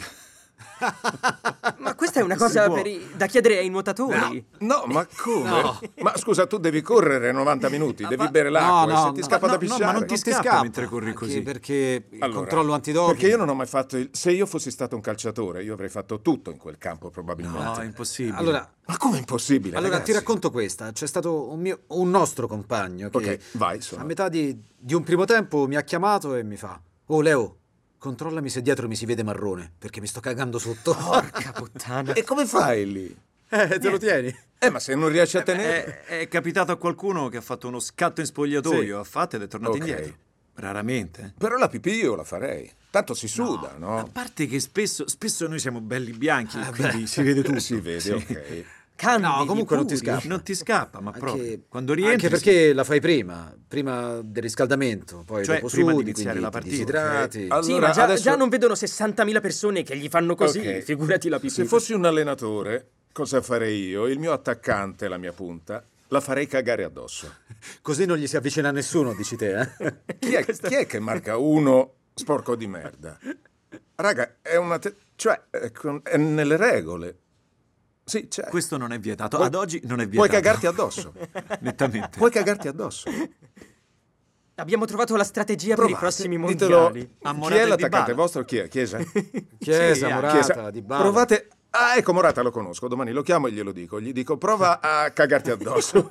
Ma questa è una cosa può. per i- da chiedere ai nuotatori. No, ma come? Ma scusa, tu devi correre novanta minuti, devi ma- bere l'acqua, no, e se no, ti no, scappa no, da no, ma pisciare... non ti scappa mentre corri anche così. Perché il Allora, controllo antidoping... Perché io non ho mai fatto il... Se io fossi stato un calciatore, io avrei fatto tutto in quel campo, probabilmente. No, è impossibile. Allora, Ma come è impossibile, allora ragazzi? ti racconto questa. C'è stato un, mio- un nostro compagno che Ok, vai, sono... a metà di, di un primo tempo mi ha chiamato e mi fa: "Oh Leo, controllami se dietro mi si vede marrone, perché mi sto cagando sotto." Porca puttana. E come fai lì? Eh, te lo tieni? Eh, ma se non riesci a tenere... È, è capitato a qualcuno che ha fatto uno scatto in spogliatoio, Sì. ha fatto ed è tornato Ok. indietro. Raramente. Però la pipì io la farei. Tanto si suda, no? A parte che spesso, spesso noi siamo belli bianchi, quindi si vede tutto. Si vede, Sì. ok. Candidi, No, comunque non ti puri. scappa. Non ti scappa, ma Anche- proprio. Quando rientri... Anche perché la fai prima, prima del riscaldamento, poi Cioè, dopo prima di sudi, iniziare quindi la ti partita, disidrati. ok. Sì, Allora, ma già, adesso- già non vedono sessantamila persone che gli fanno così, Ok. figurati la pipì. Se fossi un allenatore, cosa farei io? Il mio attaccante, la mia punta, la farei cagare addosso. Così non gli si avvicina a nessuno, dici te, eh? Chi è, chi è che marca uno sporco di merda? Raga, è una... te- cioè, è, con- è nelle regole. Sì, c'è. Questo non è vietato. Puoi- Ad oggi non è vietato. Puoi cagarti addosso. Nettamente. Puoi cagarti addosso. Abbiamo trovato la strategia per i Provate, prossimi ditelo- mondiali. A Chi Morata è e l'attaccante Dybala. vostro? Chi è? Chiesa? Chiesa, Sì, Morata, Chiesa. Dybala. Provate... Ah, ecco, Morata lo conosco. Domani lo chiamo e glielo dico. Gli dico, prova a cagarti addosso.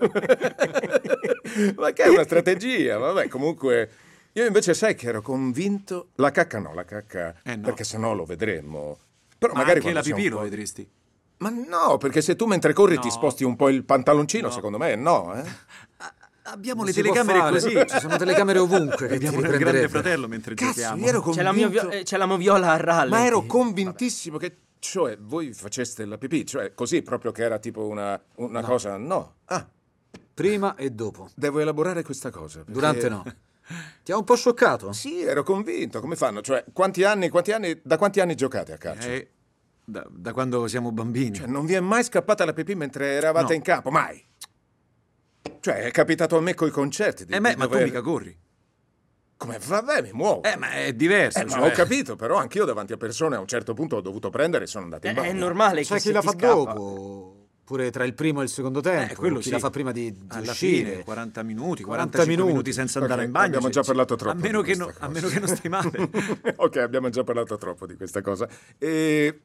Ma che è una strategia? Vabbè, comunque... Io invece sai che ero convinto... La cacca no, la cacca... Eh, no. Perché sennò lo vedremo. Però Ma magari anche quando la sei pipì un lo po'- vedresti. Ma no, perché se tu mentre corri ti No. sposti un po' il pantaloncino, secondo me no, eh? Abbiamo Non le si può telecamere fare. così. Ci sono telecamere ovunque che Abbiamo ti il grande riprenderebbero. fratello mentre Cazzo, giochiamo. io ero C'è la, convinto... movio- eh, c'è la moviola a rallenti. Ma ero convintissimo che, cioè, voi faceste la pipì, cioè, così proprio che era tipo una, una cosa... No. Ah, Prima e dopo. devo elaborare questa cosa. perché- Durante no. Ti ha un po' scioccato? Sì, ero convinto. Come fanno? Cioè, quanti anni, quanti anni, da quanti anni giocate a calcio? Eh, da, da quando siamo bambini. Cioè, non vi è mai scappata la pipì mentre eravate No. in campo? Mai? Cioè, è capitato a me coi concerti. Di, Eh, beh, di ma tu dover- mica corri. Come vabbè, mi muovo. Eh, ma è diverso. Eh, ma cioè- ho capito, però anch'io davanti a persone a un certo punto ho dovuto prendere e sono andato in Eh, bagno. è normale C'è che chi se la ti fa scappa- dopo, pure tra il primo e il secondo tempo, Eh, quello chi sì. la fa prima di, di Alla uscire. fine, quaranta minuti, quaranta quarantacinque minuti, minuti senza Ok, andare in bagno. abbiamo cioè, già cioè, parlato troppo A meno, di che, no- questa a cosa. meno che non stai male. Ok, abbiamo già parlato troppo di questa cosa. E...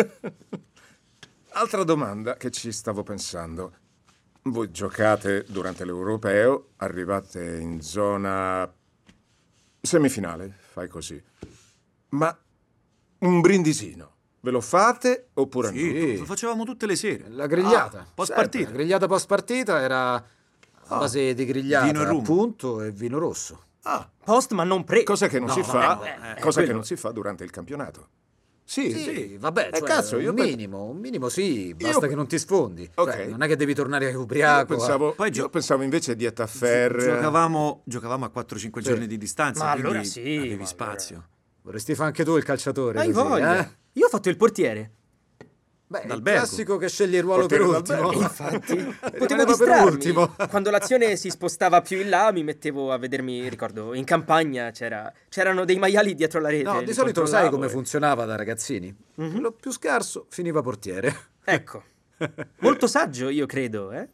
Altra domanda che ci stavo pensando. Voi giocate durante l'Europeo, arrivate in zona semifinale, fai così. Ma un brindisino, ve lo fate oppure no? Sì, lo facevamo tutte le sere. La grigliata. Ah, post Sempre. partita. La grigliata post partita era a base di grigliata, vino e rum. appunto, e vino rosso. Ah, Post ma non pre. cosa che non No, si fa, vabbè, eh, cosa che quello- non si fa durante il campionato. Sì, Sì, sì. vabbè, Eh, cioè, cazzo, io un per- minimo, un minimo sì, basta Io- che non ti sfondi. Ok. Cioè, non è che devi tornare Io ubriaco. pensavo, Poi io gio- pensavo invece dieta ferrea. Giocavamo, giocavamo a quattro cinque Sì. giorni di distanza, Ma quindi allora sì, avevi ma spazio. Vorresti fare anche tu il calciatore. Hai così, voglia. eh? Io ho fatto il portiere. Beh, il D'albergo. classico che sceglie il ruolo Portiere per ultimo. d'albergo. Infatti, potevo Rimaneva per distrarmi. ultimo. Quando l'azione si spostava più in là, mi mettevo a vedermi, ricordo, in campagna c'era, c'erano dei maiali dietro la rete. No, li di solito sai controllavo come e- funzionava da ragazzini. Quello più scarso finiva portiere. Ecco, molto saggio io credo, eh?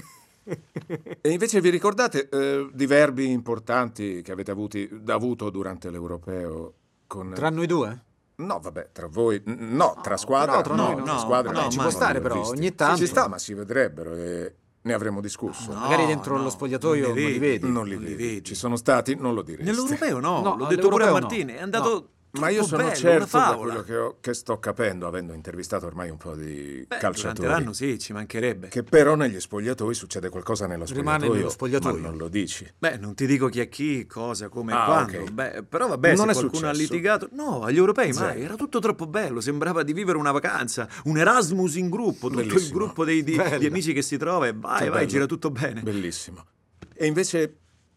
E invece vi ricordate eh, di verbi importanti che avete avuti, avuto durante l'Europeo con... Tra noi due? No, vabbè, tra voi... n- No, tra squadra... no, tra noi no. tra squadre No, no, ci ma può non stare, li ho però, visti. ogni tanto. Sì, ci sta, ma si vedrebbero e ne avremo discusso. No, Magari dentro no, lo spogliatoio non li non li vedi. vedi. non li non li vedi. vedi. Ci sono stati, non lo diresti. Nell'Europeo no, No, l'ho detto pure a all'Europeo no. Martini, è andato Ma io troppo sono bello, certo una da favola. quello che, ho- che sto capendo, avendo intervistato ormai un po' di Beh, calciatori, durante l'anno sì, ci mancherebbe. che però negli spogliatoi succede qualcosa nello Rimane spogliatoio, nello spogliatoio. ma non lo dici. Beh, non ti dico chi è chi, cosa, come e Ah, quando. ok. Beh, però vabbè, Non se è qualcuno ha successo. litigato... No, agli europei mai, Zero. era tutto troppo bello, sembrava di vivere una vacanza, un Erasmus in gruppo, tutto il Bellissimo. gruppo dei, di, Bello. di amici che si trova e vai, Che vai, bello. gira tutto bene. Bellissimo. E invece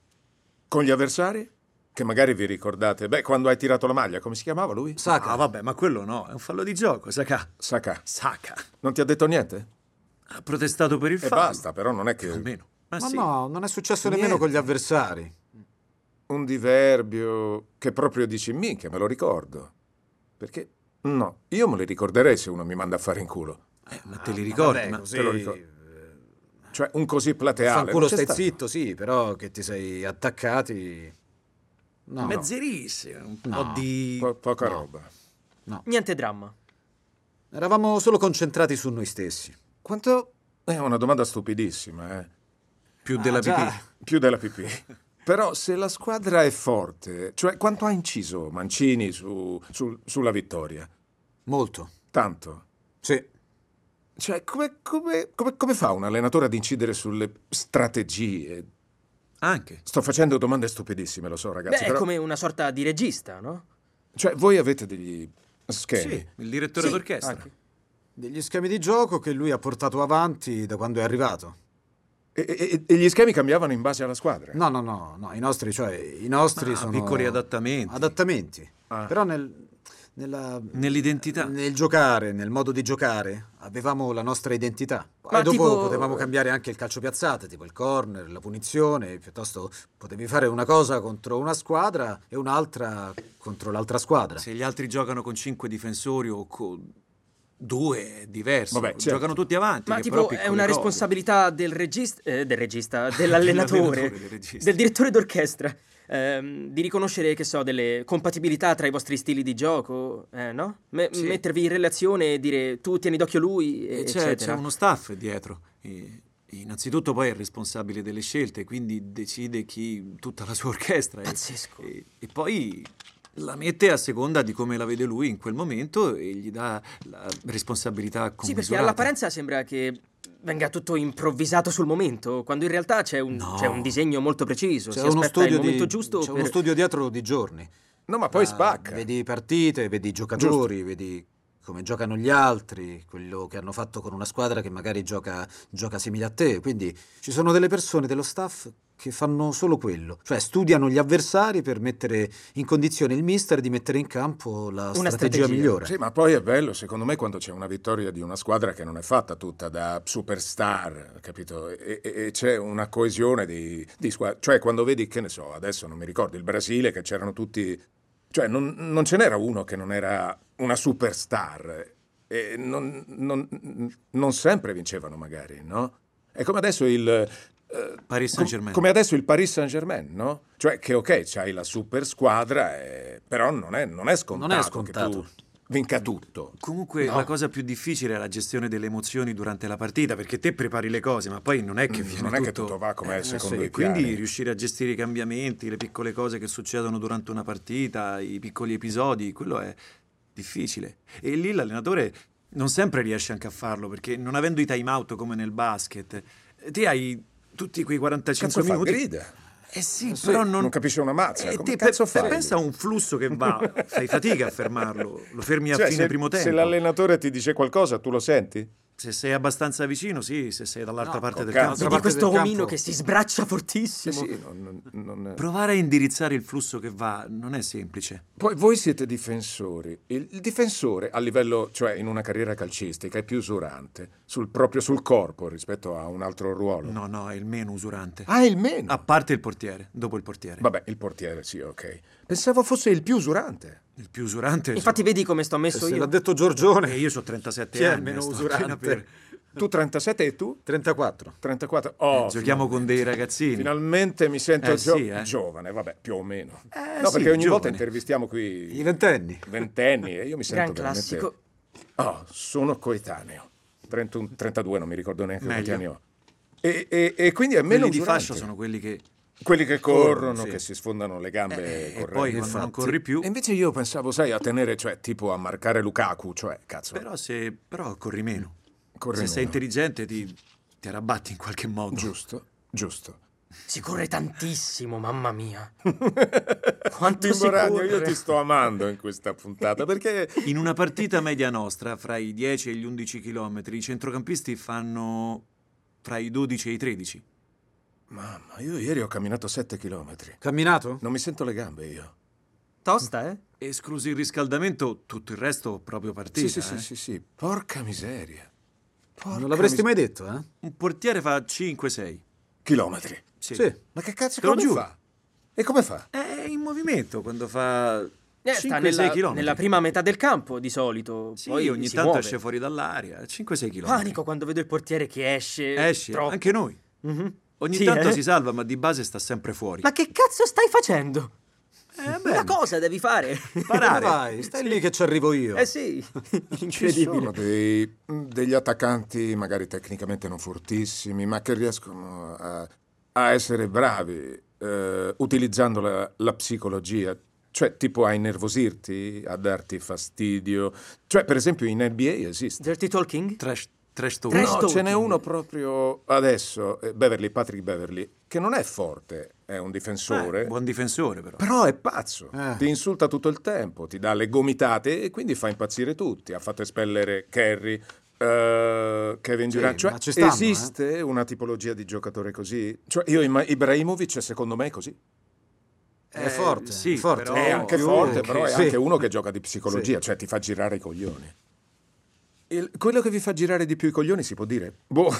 con gli avversari? Che magari vi ricordate, beh, quando hai tirato la maglia, come si chiamava lui? Saka. Ah, vabbè, ma quello no, è un fallo di gioco, Saka. Saka. Saka. Non ti ha detto niente? Ha protestato per il E fallo. basta, però non è che... Almeno. Ma, Ma sì. no, non è successo nemmeno Niente. con gli avversari. Un diverbio che proprio dici, minchia, me lo ricordo. Perché, no, io me li ricorderei se uno mi manda a fare in culo. Eh, ma te li ricordi? Vabbè, ma... così, te lo ricordo. Cioè, un così plateale. fanculo non c'è stai stato. zitto, sì, però che ti sei attaccati... No, Mezzerisse, un No. po' di... Po- poca roba. Niente dramma. eravamo solo concentrati su noi stessi. Quanto... È una domanda stupidissima, eh. più della già. pipì. Più della pipì. Però se la squadra è forte, cioè quanto ha inciso Mancini su- sul- sulla vittoria? Molto. Tanto. Sì. Cioè, come, come- come- come fa un allenatore ad incidere sulle strategie? Anche. Sto facendo domande stupidissime, lo so, ragazzi. Beh, è però- come una sorta di regista, no? Cioè, voi avete degli schemi. Sì, il direttore Sì, d'orchestra. anche. Degli schemi di gioco che lui ha portato avanti da quando è arrivato. E, e- e gli schemi cambiavano in base alla squadra? No, no, no, no, i nostri, cioè, i nostri Ah, sono... piccoli adattamenti. Adattamenti. Ah. Però nel, nella, Nell'identità. nel giocare, nel modo di giocare, avevamo la nostra identità. Poi Ma dopo tipo- potevamo cambiare anche il calcio piazzate, tipo il corner, la punizione, piuttosto potevi fare una cosa contro una squadra e un'altra contro l'altra squadra. Se gli altri giocano con cinque difensori o con due è diverso. Vabbè, certo. Giocano tutti avanti. Ma che tipo però è piccoli una cose. responsabilità del regista, eh, del regista, dell'allenatore, Dell'allenatore, del regista. del direttore d'orchestra, ehm, di riconoscere, che so, delle compatibilità tra i vostri stili di gioco, eh, no? Me- Sì. Mettervi in relazione e dire tu tieni d'occhio lui, e- E c'è, eccetera. c'è uno staff dietro. E, innanzitutto poi è responsabile delle scelte, quindi decide chi tutta la sua orchestra. E- Pazzesco. E, e poi la mette a seconda di come la vede lui in quel momento e gli dà la responsabilità Sì, perché commisurata. all'apparenza sembra che venga tutto improvvisato sul momento, quando in realtà c'è un, No. c'è un disegno molto preciso. C'è si uno aspetta il studio, momento di, giusto c'è per... uno studio dietro di giorni. No, ma poi Ah, spacca. Vedi partite, vedi giocatori, vedi come giocano gli altri, quello che hanno fatto con una squadra che magari gioca, gioca simile a te. Quindi ci sono delle persone dello staff che fanno solo quello, cioè studiano gli avversari per mettere in condizione il mister di mettere in campo la strategia, strategia. migliore. Sì, ma poi è bello, secondo me, quando c'è una vittoria di una squadra che non è fatta tutta da superstar, capito? E, e- e c'è una coesione di, di squadre. Cioè, quando vedi, che ne so, adesso non mi ricordo, il Brasile, che c'erano tutti... Cioè, non, non ce n'era uno che non era una superstar. E non, non- non sempre vincevano, magari, no? È come adesso il... eh, Paris com- Saint-Germain. come adesso il Paris Saint-Germain, no? Cioè che ok, c'hai la super squadra, eh, però non è, non è scontato, Non è scontato. che tu vinca tutto. Comunque la cosa più difficile è la gestione delle emozioni durante la partita, perché te prepari le cose, ma poi non è che viene Non è che tutto... tutto va come è secondo sì, i quindi piani. riuscire a gestire i cambiamenti, le piccole cose che succedono durante una partita, i piccoli episodi, quello è difficile. E lì l'allenatore non sempre riesce anche a farlo, perché non avendo i time out come nel basket, te hai tutti quei quarantacinque Cazzo fa, minuti... grida. Eh sì, Sì, però non... non capisce una mazza. E Come te cazzo pe- fai? pensa a un flusso che va, fai fatica a fermarlo, lo fermi a Cioè, fine se, primo tempo. se l'allenatore ti dice qualcosa, tu lo senti? Se sei abbastanza vicino, sì, se sei dall'altra No, parte con del cazzo. campo. Vedi parte questo del omino campo. che si sbraccia Sì, fortissimo. sì, non- non- non- Provare a indirizzare il flusso che va non è semplice. Poi voi siete difensori. Il, il difensore a livello, cioè in una carriera calcistica, è più usurante sul, proprio sul corpo rispetto a un altro ruolo. No, no, è il meno usurante. Ah, il meno. A parte il portiere, dopo il portiere. Vabbè, il portiere, sì, ok. Pensavo fosse il più usurante. Il più usurante... Infatti vedi come sto messo Se io. l'ha detto Giorgione. E io ho trentasette Chi è anni. il meno sto usurante? appena per- Tu trentasette e tu? trentaquattro. trentaquattro. Oh, Giochiamo con dei ragazzini. finalmente mi sento Eh, gio- sì, eh. giovane, vabbè, più o meno. Eh, no, sì, perché ogni volta giovane. intervistiamo qui I ventenni. ventenni e io mi sento Gran veramente... classico. Oh, sono coetaneo. trentuno, trentadue, non mi ricordo neanche quanti Meglio. anni ho. E, e- e quindi è meno Quelli di usurante. fascia sono quelli che... Quelli che corrono, Corrono, sì. che si sfondano le gambe Eh, e correndo. poi quando non Infatti. corri più... E invece io pensavo, sai, a tenere, cioè, tipo a marcare Lukaku, cioè, cazzo, Però, se... Però corri meno. corri se sei meno. intelligente ti... ti arrabbatti in qualche modo. Giusto, giusto. Si corre tantissimo, mamma mia. Quanto si Bimbo Ragno, corre? io ti sto amando in questa puntata, perché... In una partita media nostra, fra i dieci e gli undici chilometri, i centrocampisti fanno fra i dodici e i tredici. Mamma, io ieri ho camminato sette chilometri. Camminato? Non mi sento le gambe io. Tosta, eh? Escluso il riscaldamento, tutto il resto proprio partita. Sì, sì, eh. sì, sì, sì. Porca miseria. Porca Non l'avresti mis- mai detto, eh? Un portiere fa cinque sei. Chilometri. Sì. Sì. Ma che cazzo, Te lo come giuro. fa? E come fa? È in movimento quando fa Eh, sta cinque sei nella, chilometri. nella prima metà del campo, di solito. Sì, Poi ogni si tanto muove. esce fuori dall'aria. cinque sei chilometri. Panico quando vedo il portiere che esce. Esce, troppo. anche noi. Mhm. Ogni Sì, tanto eh? si salva, ma di base sta sempre fuori. Ma che cazzo stai facendo? Eh, Una cosa devi fare. Parare. Vai, stai lì che ci arrivo io. Eh sì. Ci sono Incredibile. dei, degli attaccanti magari tecnicamente non fortissimi, ma che riescono a, a essere bravi eh, utilizzando la, la psicologia, cioè tipo a innervosirti, a darti fastidio. Cioè, per esempio, in N B A esiste. Dirty talking? Trash, trash talk. Trash No, talking. ce n'è uno proprio adesso, eh, Beverly, Patrick Beverly, che non è forte, è un difensore. Eh, buon difensore, però. Però è pazzo, Eh. ti insulta tutto il tempo, ti dà le gomitate e quindi fa impazzire tutti. Ha fatto espellere Kerry, eh, Kevin Sì, Durant. Cioè, ma ci stanno, esiste una tipologia di giocatore così? Cioè, io Ima- Ibrahimovic secondo me è così. È forte, sì, è forte. però- È anche più forte, che- però è sì. anche uno che gioca di psicologia, Sì. cioè ti fa girare i coglioni. Il- quello che vi fa girare di più i coglioni si può dire? Boh.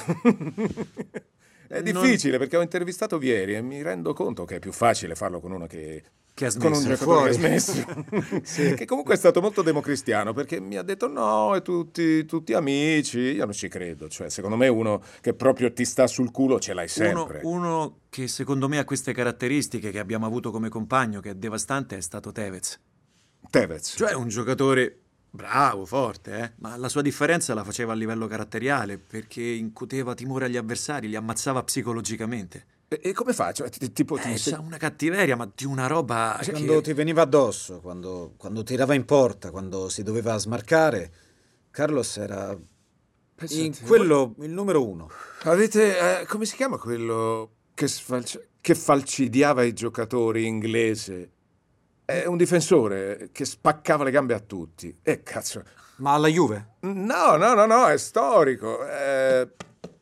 È Non- difficile perché ho intervistato Vieri e mi rendo conto che è più facile farlo con uno che, Che ha con un smesso. giocatore Fuori. che ha smesso. Che comunque è stato molto democristiano perché mi ha detto no, è tutti, tutti amici. Io non ci credo. Cioè, secondo me uno che proprio ti sta sul culo ce l'hai Uno, sempre. uno che secondo me ha queste caratteristiche che abbiamo avuto come compagno, che è devastante, è stato Tevez. Tevez. Cioè un giocatore bravo, forte, eh? Ma la sua differenza la faceva a livello caratteriale, perché incuteva timore agli avversari, li ammazzava psicologicamente. E, e come fa? Cioè, ti- tipo, ti Eh, se- c'ha una cattiveria, ma di una roba Cioè, che... quando ti veniva addosso, quando, quando tirava in porta, quando si doveva smarcare, Carlos era Pensate, in quello il numero uno. Avete, eh, come si chiama quello che, sfalci- che falcidiava i giocatori inglese? È un difensore che spaccava le gambe a tutti. E cazzo. Ma alla Juve? No, no, no, no, è storico. Eh,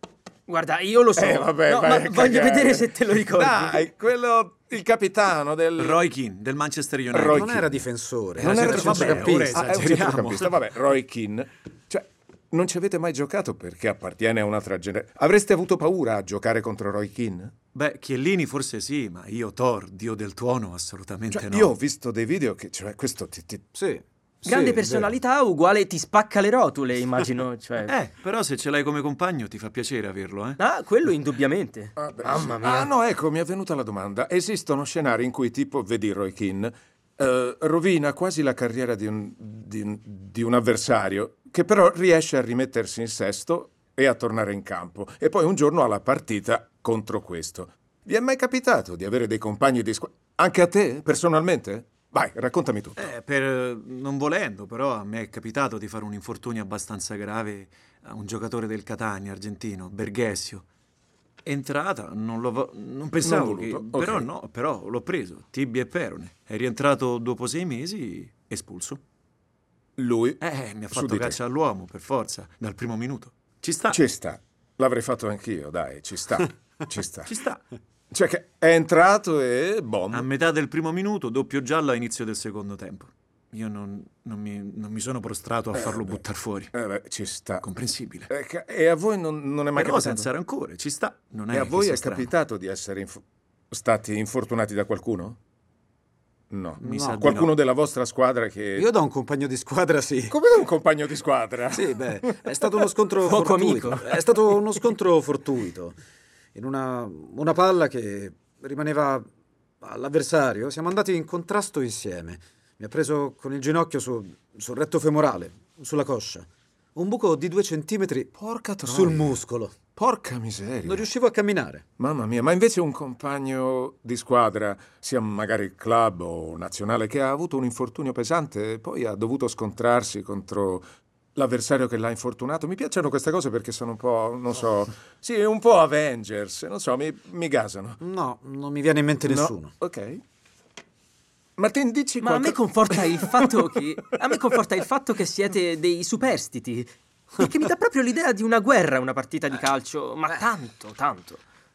Guarda, io lo so. Eh, vabbè, no, vai ma a voglio cagare. vedere se te lo ricordi. Dai, quello, il capitano del... Roy Keane, del Manchester United. Roy Non Keane. era difensore, Non era centrocampista. difensore. Ah, è un esageriamo. centrocampista, vabbè, Roy Keane. Cioè, non ci avete mai giocato perché appartiene a un'altra generazione. Avreste avuto paura a giocare contro Roy Keane? Beh, Chiellini forse sì, ma io Thor, dio del tuono, assolutamente Cioè, no. io ho visto dei video che, cioè, questo ti... ti... Sì. Grande sì, personalità uguale ti spacca le rotule, immagino. Cioè. Eh, però se ce l'hai come compagno ti fa piacere averlo, eh? Ah, quello indubbiamente. Ah, beh, Mamma sì. mia. Ah, no, ecco, mi è venuta la domanda. Esistono scenari in cui, tipo, vedi Roy Keane, eh, rovina quasi la carriera di un, di, un, di un avversario, che però riesce a rimettersi in sesto e a tornare in campo. E poi un giorno ha la partita contro questo. Vi è mai capitato di avere dei compagni di squadra? Anche a te, personalmente? Vai, raccontami tutto. Eh, per non volendo, però a me è capitato di fare un infortunio abbastanza grave a un giocatore del Catania argentino, Berghessio. Entrata, non lo vo- non pensavo Non che, voluto, però ok. no, però l'ho preso, tibia e perone. È rientrato dopo sei mesi, espulso. Lui Eh, mi ha su fatto di te. caccia all'uomo, per forza, dal primo minuto. Ci sta, Ci sta. L'avrei fatto anch'io, dai, ci sta. Ci sta. ci sta. Cioè che è entrato e bom. A metà del primo minuto, doppio giallo a inizio del secondo tempo. Io non, non mi, non mi sono prostrato a farlo buttare fuori. Eh, beh, ci sta. Comprensibile. Eh, ca- E a voi non, non è mai Però capitato? senza rancore, ci sta. Non è E a che voi sia è strano. capitato di essere inf- stati infortunati da qualcuno? No. Mi No. sa di Qualcuno no. della vostra squadra che... Io da un compagno di squadra, sì. Come un compagno di squadra? Sì, beh, è stato uno scontro Poco fortuito. amico. È stato uno scontro fortuito. In una, una palla che rimaneva all'avversario, siamo andati in contrasto insieme. Mi ha preso con il ginocchio su- sul retto femorale, sulla coscia. Un buco di due centimetri Porca troia. sul muscolo. Porca miseria. Non riuscivo a camminare. Mamma mia, ma invece un compagno di squadra, sia magari club o nazionale, che ha avuto un infortunio pesante e poi ha dovuto scontrarsi contro l'avversario che l'ha infortunato. Mi piacciono queste cose perché sono un po', non so, sì, un po' Avengers, non so, mi, mi gasano. No, non mi viene in mente No? nessuno. Ok. Martin, dici Ma a me qualcosa? conforta il fatto che. A me conforta il fatto che siete dei superstiti. Perché mi dà proprio l'idea di una guerra, una partita di calcio. Ma tanto, tanto.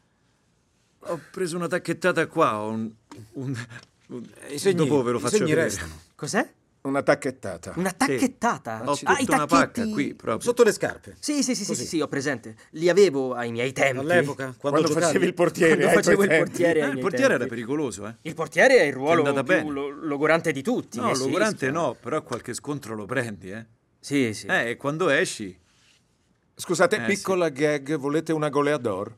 Ho preso una tacchettata qua, ho un... un, un- I segni- dopo ve lo i faccio segni vedere. restano. Cos'è? Una tacchettata. Una tacchettata? Ho Ah, i tutta una tacchetti. pacca qui, proprio. Sotto le scarpe. Sì, sì, sì, sì, Così. sì, sì, ho presente. Li avevo ai miei tempi. All'epoca, quando, Quando giocavi. facevi il portiere, Quando ai facevo tuoi il tempi. portiere. Eh, ai il miei portiere era tempi. pericoloso, eh? Il portiere è il ruolo Ti è andata più bene. lo- logorante di tutti. No, eh, sì, logorante sì. no, però qualche scontro lo prendi, eh? Sì, sì. Eh, e quando esci... Scusate, Eh, piccola gag, volete una goleador?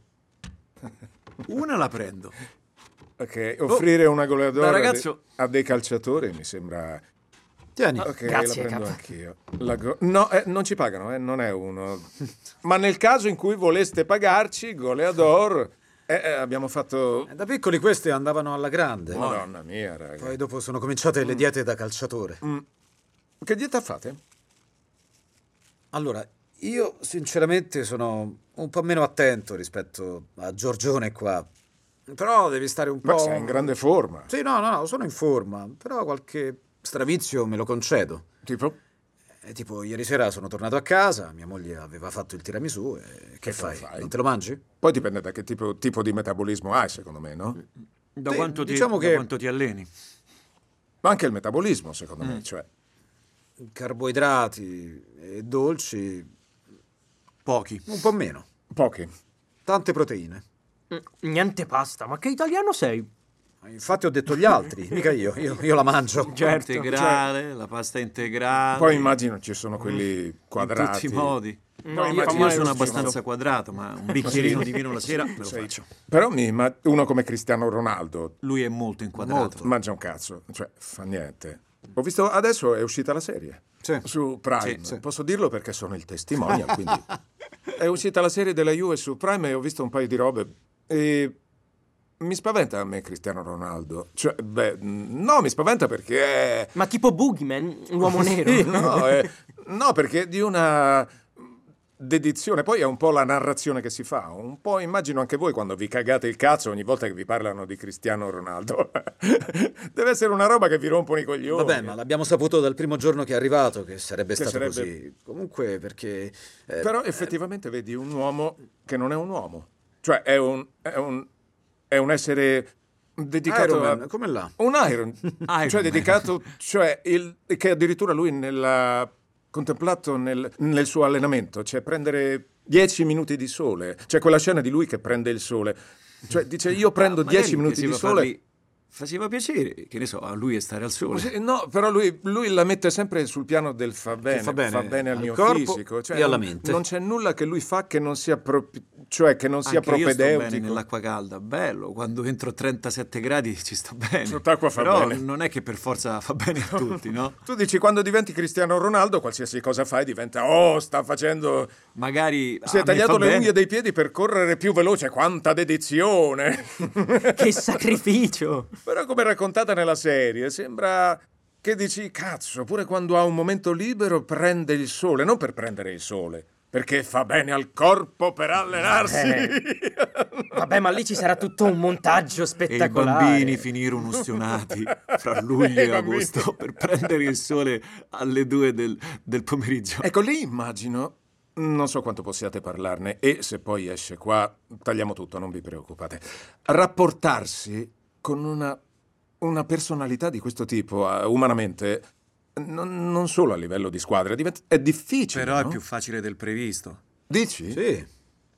Una la prendo. Ok, offrire una goleador da a de- ragazzo- a, dei calciatori mi sembra... Tieni. Ok, Grazie, la prendo capo. anch'io. La go- No, eh, non ci pagano, eh, non è uno. Ma nel caso in cui voleste pagarci, goleador, eh, eh, abbiamo fatto... Eh, Da piccoli queste andavano alla grande. Madonna mia, raga. Poi dopo sono cominciate le diete da calciatore. Che dieta fate? Allora, io sinceramente sono un po' meno attento rispetto a Giorgione qua. Però devi stare un Ma po'... sei in grande forma. Sì, no, no, no, sono in forma. Però qualche stravizio me lo concedo. Tipo? Eh, tipo, ieri sera sono tornato a casa, mia moglie aveva fatto il tiramisù e che E fai? fai? Non te lo mangi? Poi dipende da che tipo, tipo di metabolismo hai, secondo me, no? Da, Sì, quanto ti, diciamo da che- quanto ti alleni? Ma anche il metabolismo, secondo me, cioè... Carboidrati e dolci, Pochi. un po' meno. Pochi. Tante proteine. Mm, Niente pasta, ma che italiano sei? Infatti ho detto gli altri, mica io, io, io la mangio. Certo, integrale, la pasta integrale. Poi immagino ci sono quelli in quadrati. tutti i modi. No, Poi io immagino- Io mai sono lo stesso. abbastanza quadrato, ma un bicchierino di vino la sera me lo Sei- faccio. Però mi imma- uno come Cristiano Ronaldo Lui è molto inquadrato. mangia un cazzo, cioè fa niente. Ho visto adesso è uscita la serie Sì. su Prime. Sì, sì. Posso dirlo perché sono il testimonial, quindi è uscita la serie della Juve su Prime e ho visto un paio di robe e mi spaventa a me Cristiano Ronaldo. Cioè, beh, no, mi spaventa perché Ma tipo Boogeyman, l'uomo nero. Sì, no, eh, no, perché di una dedizione, poi è un po' la narrazione che si fa, un po' immagino anche voi quando vi cagate il cazzo ogni volta che vi parlano di Cristiano Ronaldo. Deve essere una roba che vi rompono i coglioni. Vabbè, ma l'abbiamo saputo dal primo giorno che è arrivato che sarebbe Che stato sarebbe- così. Comunque, perché... eh, Però effettivamente vedi un uomo che non è un uomo, cioè è un, è un, è un essere dedicato Iron Man, a... come là? Un Iron, Iron cioè Man. dedicato, cioè il, che addirittura lui nella contemplato nel, nel suo allenamento, cioè prendere dieci minuti di sole, c'è quella scena di lui che prende il sole, cioè dice io prendo Magari dieci minuti di faceva sole. fargli- Faceva piacere, che ne so, a lui è stare al sole. Sì, no, però lui, lui la mette sempre sul piano del fa bene, fa bene al al mio corpo fisico, cioè e alla non, mente. non c'è nulla che lui fa che non sia, pro- cioè che non sia Anche io sto bene propedeutico. nell'acqua calda, bello, quando entro a trentasette gradi ci sto bene. Sott'acqua fa Però bene. non è che per forza fa bene a tutti, no? Tu dici quando diventi Cristiano Ronaldo, qualsiasi cosa fai diventa oh, sta facendo Magari si a è me tagliato fa le bene. unghie dei piedi per correre più veloce, quanta dedizione! Che sacrificio! Però come raccontata nella serie, sembra che dici, cazzo, pure quando ha un momento libero prende il sole, non per prendere il sole, perché fa bene al corpo per allenarsi. Vabbè, ma lì ci sarà tutto un montaggio E i spettacolare. bambini finirono ustionati fra luglio I e bambini. agosto per prendere il sole alle due del, del pomeriggio. Ecco, lì immagino, non so quanto possiate parlarne, e se poi esce qua, tagliamo tutto, non vi preoccupate, rapportarsi con una, una personalità di questo tipo, eh, umanamente, non, non solo a livello di squadra, diventa- è difficile, Però è no? più facile del previsto. Dici? Sì.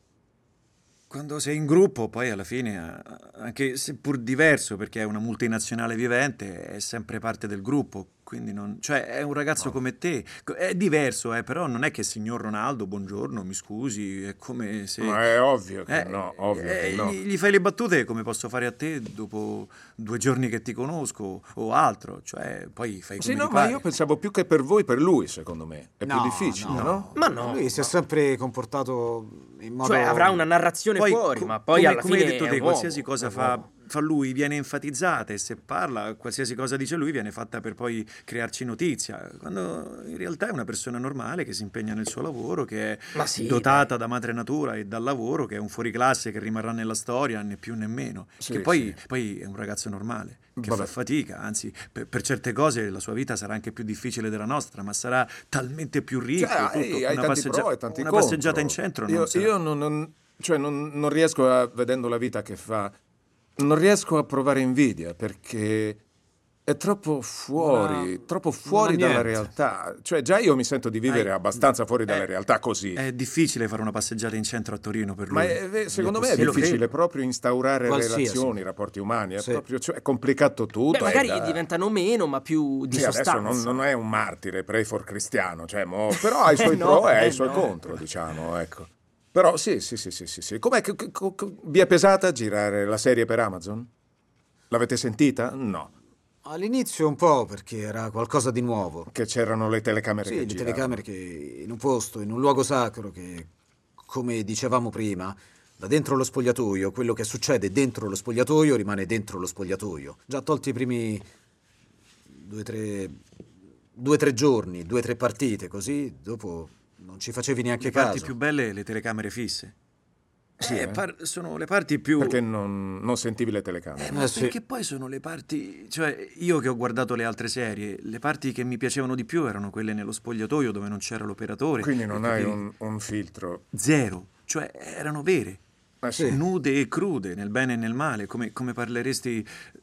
Quando sei in gruppo, poi alla fine, eh, anche seppur diverso, perché è una multinazionale vivente, è sempre parte del gruppo. Quindi non, cioè è un ragazzo come te. È diverso, eh, però non è che signor Ronaldo, buongiorno, mi scusi, è come se... Ma è ovvio che Eh, no, ovvio eh, che no. Gli, gli fai le battute come posso fare a te dopo due giorni che ti conosco o altro, cioè poi fai come Sì, no, ti ma pare. io pensavo più che per voi, per lui, secondo me. È più No, difficile, no? no. Ma no, Lui si è sempre comportato in modo... cioè avrà una narrazione Poi, fuori, co- ma poi come, alla come fine hai detto è te, un qualsiasi uomo, cosa è un fa, uomo. fa lui viene enfatizzata e se parla, qualsiasi cosa dice lui viene fatta per poi crearci notizia, quando in realtà è una persona normale che si impegna nel suo lavoro, che è Ma sì, dotata da madre natura e dal lavoro, che è un fuoriclasse che rimarrà nella storia, né più né meno, Sì, che poi, sì. poi è un ragazzo normale, che Vabbè. fa fatica, anzi per, per certe cose la sua vita sarà anche più difficile della nostra, ma sarà talmente più ricca. Cioè, tutto. hai, hai Una, tanti passeggia- pro e tanti una contro. passeggiata in centro non Io, sarà. io non, non- cioè non, non riesco a, vedendo la vita che fa, non riesco a provare invidia perché è troppo fuori, ha- troppo fuori non ha dalla niente. realtà. Cioè già io mi sento di vivere Hai- abbastanza fuori dalla eh, realtà così. È difficile fare una passeggiata in centro a Torino per lui. Ma è- è- secondo me è Sì, lo difficile credo. proprio instaurare Qualsiasi. relazioni, rapporti umani, è, Sì. proprio, cioè, è complicato tutto. Beh, magari è da- diventano meno, ma più di Sì, adesso sostanza. non, non è un martire, pray for cristiano, cioè, mo- però ha i suoi Eh, no, pro e ha eh, i suoi no. contro, diciamo, ecco. Però sì, sì, sì, sì, sì, sì. Com'è che, che- che- vi è pesata girare la serie per Amazon? L'avete sentita? No. All'inizio un po' perché era qualcosa di nuovo. Che c'erano le telecamere Sì, che le giravano. telecamere che in un posto, in un luogo sacro che, come dicevamo prima, da dentro lo spogliatoio, quello che succede dentro lo spogliatoio rimane dentro lo spogliatoio. Già tolti i primi due, tre, due, tre giorni, due, tre partite, così dopo non ci facevi neanche Le parti caso. più belle le telecamere fisse. Sì, Eh, eh? par- sono le parti più... Perché non, non sentivi le telecamere. Eh, ma Eh, sì. perché poi sono le parti... Cioè, io che ho guardato le altre serie, le parti che mi piacevano di più erano quelle nello spogliatoio dove non c'era l'operatore. Quindi non e hai che- un, un filtro. Zero. Cioè, erano vere. Eh sì. Nude e crude, nel bene e nel male, come, come parleresti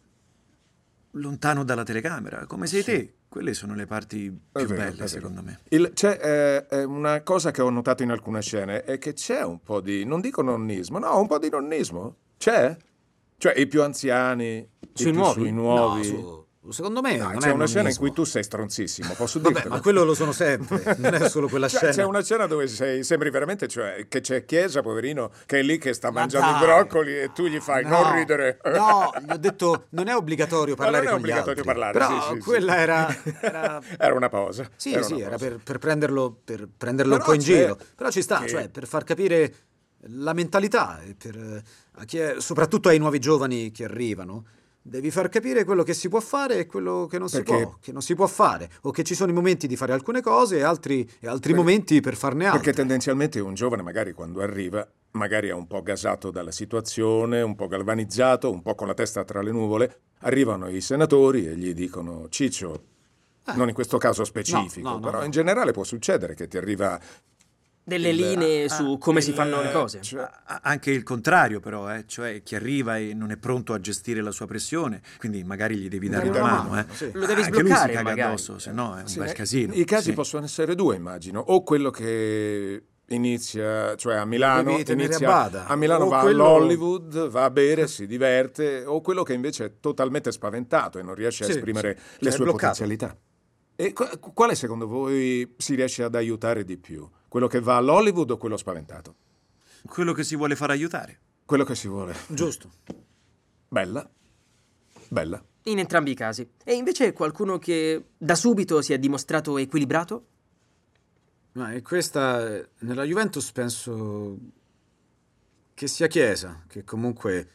lontano dalla telecamera, come sei te. Quelle sono le parti È più vero, è belle, vero. secondo me. Il- c'è eh, eh, una cosa che ho notato in alcune scene è che c'è un po' di, non dico nonnismo, no, un po' di nonnismo. C'è? Cioè i più anziani, i Sui più nuovi? sui nuovi. No, su- secondo me Dai, non c'è è una scena in nonnismo. cui tu sei stronzissimo, posso Vabbè, dirtelo? ma quello lo sono sempre, non è solo quella Cioè, scena. c'è una scena dove sei, sembri veramente, cioè, che c'è Chiesa, poverino, che è lì che sta Ma mangiando dai! i broccoli e tu gli fai No, non ridere. No, gli ho detto non è obbligatorio Ma parlare non è con gli obbligatorio altri. parlare, Però sì, sì, sì. quella era... era... Era una pausa. Sì, era sì, una era pausa. per, per prenderlo, per prenderlo Però un po' in c'è- giro. Però ci sta, che- cioè, per far capire la mentalità, e per, a chi è- soprattutto ai nuovi giovani che arrivano, Devi far capire quello che si può fare e quello che non si Perché- può, che non si può fare, o che ci sono i momenti di fare alcune cose e altri, e altri Per- momenti per farne altre. Perché tendenzialmente un giovane magari quando arriva, magari è un po' gasato dalla situazione, un po' galvanizzato, un po' con la testa tra le nuvole, arrivano i senatori e gli dicono Ciccio, non in questo caso specifico, no, no, però no. in generale può succedere che ti arriva Delle il- linee su come si fanno le cose. cioè- A- Anche il contrario, però, eh, cioè chi arriva e non è pronto a gestire la sua pressione, quindi magari gli devi dare Dare una una mano. mano, eh. sì. Lo devi Anche lui si sbloccare, caga magari. addosso, se no è un Sì, bel eh, casino. I casi Sì. possono essere due, immagino. O quello che inizia, cioè a Milano, Devi tenere inizia, a bada. a Milano O va quello- all'Hollywood, va a bere, si diverte, o quello che invece è totalmente spaventato e non riesce a Sì, esprimere sì. le È sue bloccato. potenzialità. E qu- quale secondo voi si riesce ad aiutare di più? Quello che va all'Hollywood o quello spaventato? Quello che si vuole far aiutare. Quello che si vuole. Giusto. Bella. Bella. In entrambi i casi. E invece qualcuno che da subito si è dimostrato equilibrato? Ma e questa, nella Juventus penso che sia Chiesa, che comunque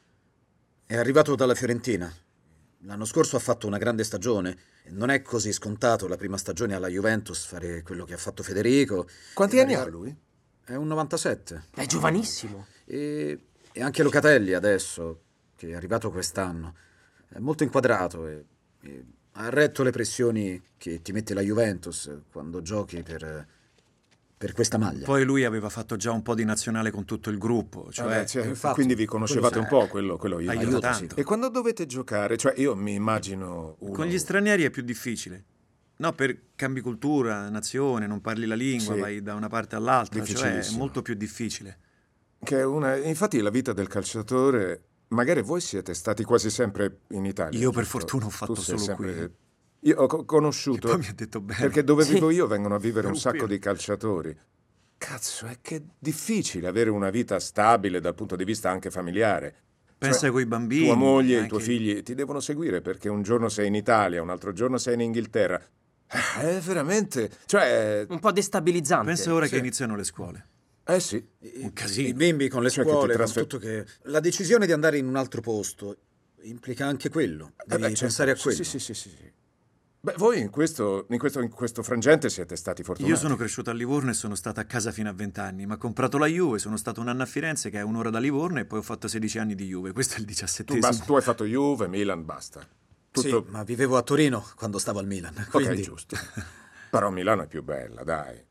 è arrivato dalla Fiorentina. L'anno scorso ha fatto una grande stagione. e Non è così scontato la prima stagione alla Juventus fare quello che ha fatto Federico. Quanti E anni ha arrivare- lui? È un novantasette. È giovanissimo. E, e anche Locatelli adesso, che è arrivato quest'anno, è molto inquadrato e, e ha retto le pressioni che ti mette la Juventus quando giochi per, per questa maglia. Poi lui aveva fatto già un po' di nazionale con tutto il gruppo, cioè Vabbè, cioè, infatti, quindi vi conoscevate un quello po', quello, quello io. aiuta Aiuto, tanto. sì. E quando dovete giocare, cioè io mi immagino uno... con gli stranieri è più difficile. No, per cambi cultura, nazione, non parli la lingua, Sì. vai da una parte all'altra, cioè è Difficilissimo. molto più difficile. Che è una... Infatti la vita del calciatore, magari voi siete stati quasi sempre in Italia. Io per giusto? fortuna ho fatto Tu sei solo qui. sempre- Io ho co- conosciuto... Che poi mi ha detto bene. Perché dove Sì. vivo io vengono a vivere un Ruppino. sacco di calciatori. Cazzo, è che è difficile avere una vita stabile dal punto di vista anche familiare. Pensa Cioè, coi bambini. Tua moglie e i anche- tuoi figli ti devono seguire perché un giorno sei in Italia, un altro giorno sei in Inghilterra. È veramente... Cioè... Un po' destabilizzante. Pensa ora Sì. che iniziano le scuole. Eh sì. Un I casino. bimbi con le Cioè che ti scuole, con trasfer- tutto che... La decisione di andare in un altro posto implica anche quello. Eh Devi beh, certo. pensare a quello. Sì, sì, sì, sì, sì. Beh, voi in questo, in, questo, in questo frangente siete stati fortunati. Io sono cresciuto a Livorno e sono stato a casa fino a vent'anni, ma ho comprato la Juve, sono stato un anno a Firenze che è un'ora da Livorno e poi ho fatto sedici anni di Juve, questo è il Tu, diciassettesimo. basta, tu hai fatto Juve, Milan, basta. Tutto... Sì, ma vivevo a Torino quando stavo al Milan. Quindi... Ok, giusto. Però Milano è più bella, dai.